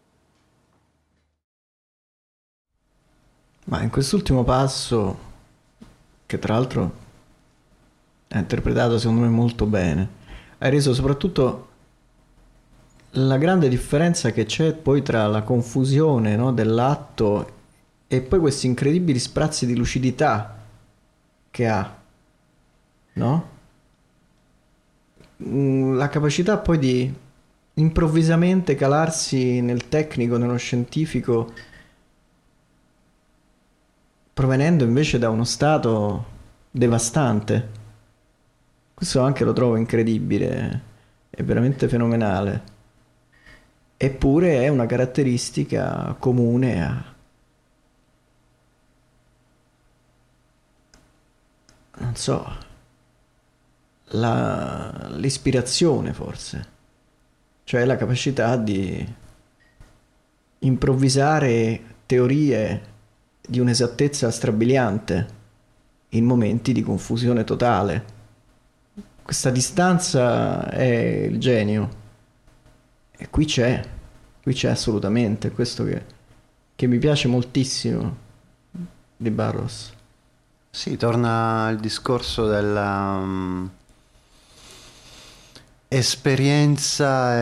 Ma in quest'ultimo passo, che tra l'altro è interpretato secondo me molto bene, hai reso soprattutto la grande differenza che c'è poi tra la confusione, no, dell'atto e poi questi incredibili sprazzi di lucidità che ha, no? La capacità poi di improvvisamente calarsi nel tecnico, nello scientifico, provenendo invece da uno stato devastante. Questo anche lo trovo incredibile, è veramente fenomenale. Eppure è una caratteristica comune a, non so, l'ispirazione forse, cioè la capacità di improvvisare teorie di un'esattezza strabiliante in momenti di confusione totale. Questa distanza è il genio, e qui c'è assolutamente, questo che mi piace moltissimo di Burroughs. Sì, torna il discorso della esperienza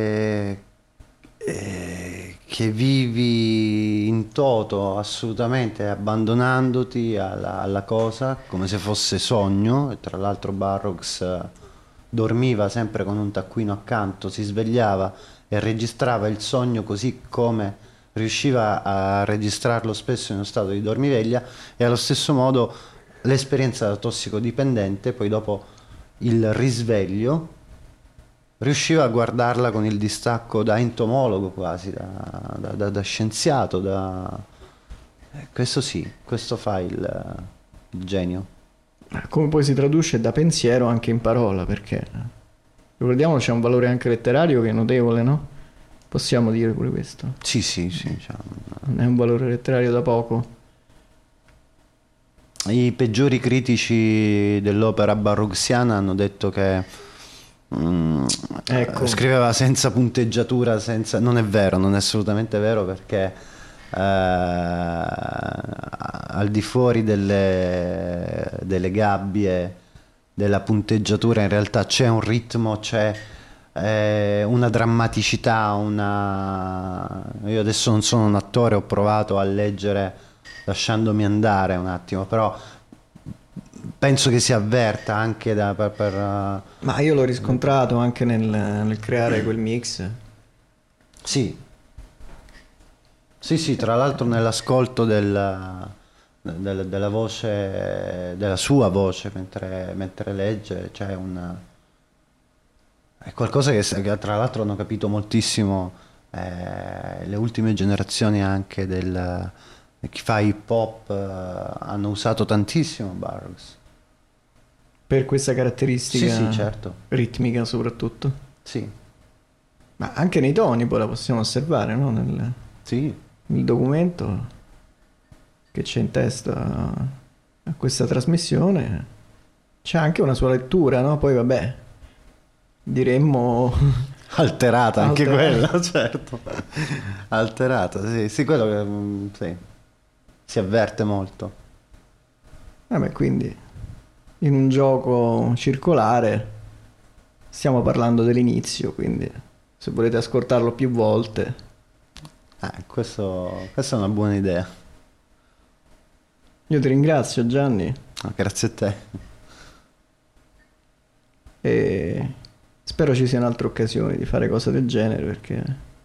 che vivi in toto, assolutamente abbandonandoti alla cosa come se fosse sogno. E tra l'altro Burroughs dormiva sempre con un taccuino accanto, si svegliava e registrava il sogno così come riusciva a registrarlo spesso in uno stato di dormiveglia, e allo stesso modo l'esperienza da tossicodipendente, poi dopo il risveglio, riusciva a guardarla con il distacco da entomologo quasi, da scienziato, questo sì, questo fa il genio. Come poi si traduce da pensiero anche in parola, perché ricordiamo c'è un valore anche letterario che è notevole, no? Possiamo dire pure questo. Sì, Non è un valore letterario da poco. I peggiori critici dell'opera baroxiana hanno detto che Ecco. scriveva senza punteggiatura, non è vero, non è assolutamente vero, perché al di fuori delle gabbie della punteggiatura in realtà c'è un ritmo, c'è una drammaticità, io adesso non sono un attore, ho provato a leggere lasciandomi andare un attimo, però penso che si avverta anche Ma io l'ho riscontrato anche nel creare quel mix. Sì, sì, tra l'altro nell'ascolto della voce, della sua voce mentre legge, è qualcosa che tra l'altro hanno capito moltissimo le ultime generazioni anche chi fa hip hop, hanno usato tantissimo Burroughs. Per questa caratteristica Sì, certo. ritmica soprattutto. Sì, Ma anche nei toni poi la possiamo osservare, no? sì. Nel documento che c'è in testa a questa trasmissione c'è anche una sua lettura, no? Poi vabbè, diremmo Alterata anche Alterata. quella, certo. Alterata, sì, quello che sì, si avverte molto. vabbè, quindi in un gioco circolare stiamo parlando dell'inizio, quindi se volete ascoltarlo più volte. Questa è una buona idea. Io ti ringrazio Gianni Grazie a te. e spero ci siano altre occasioni di fare cose del genere perché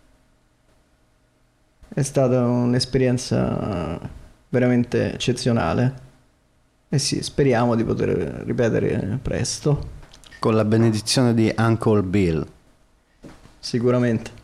è stata un'esperienza veramente eccezionale e sì, speriamo di poter ripetere presto, Con la benedizione di Uncle Bill. sicuramente.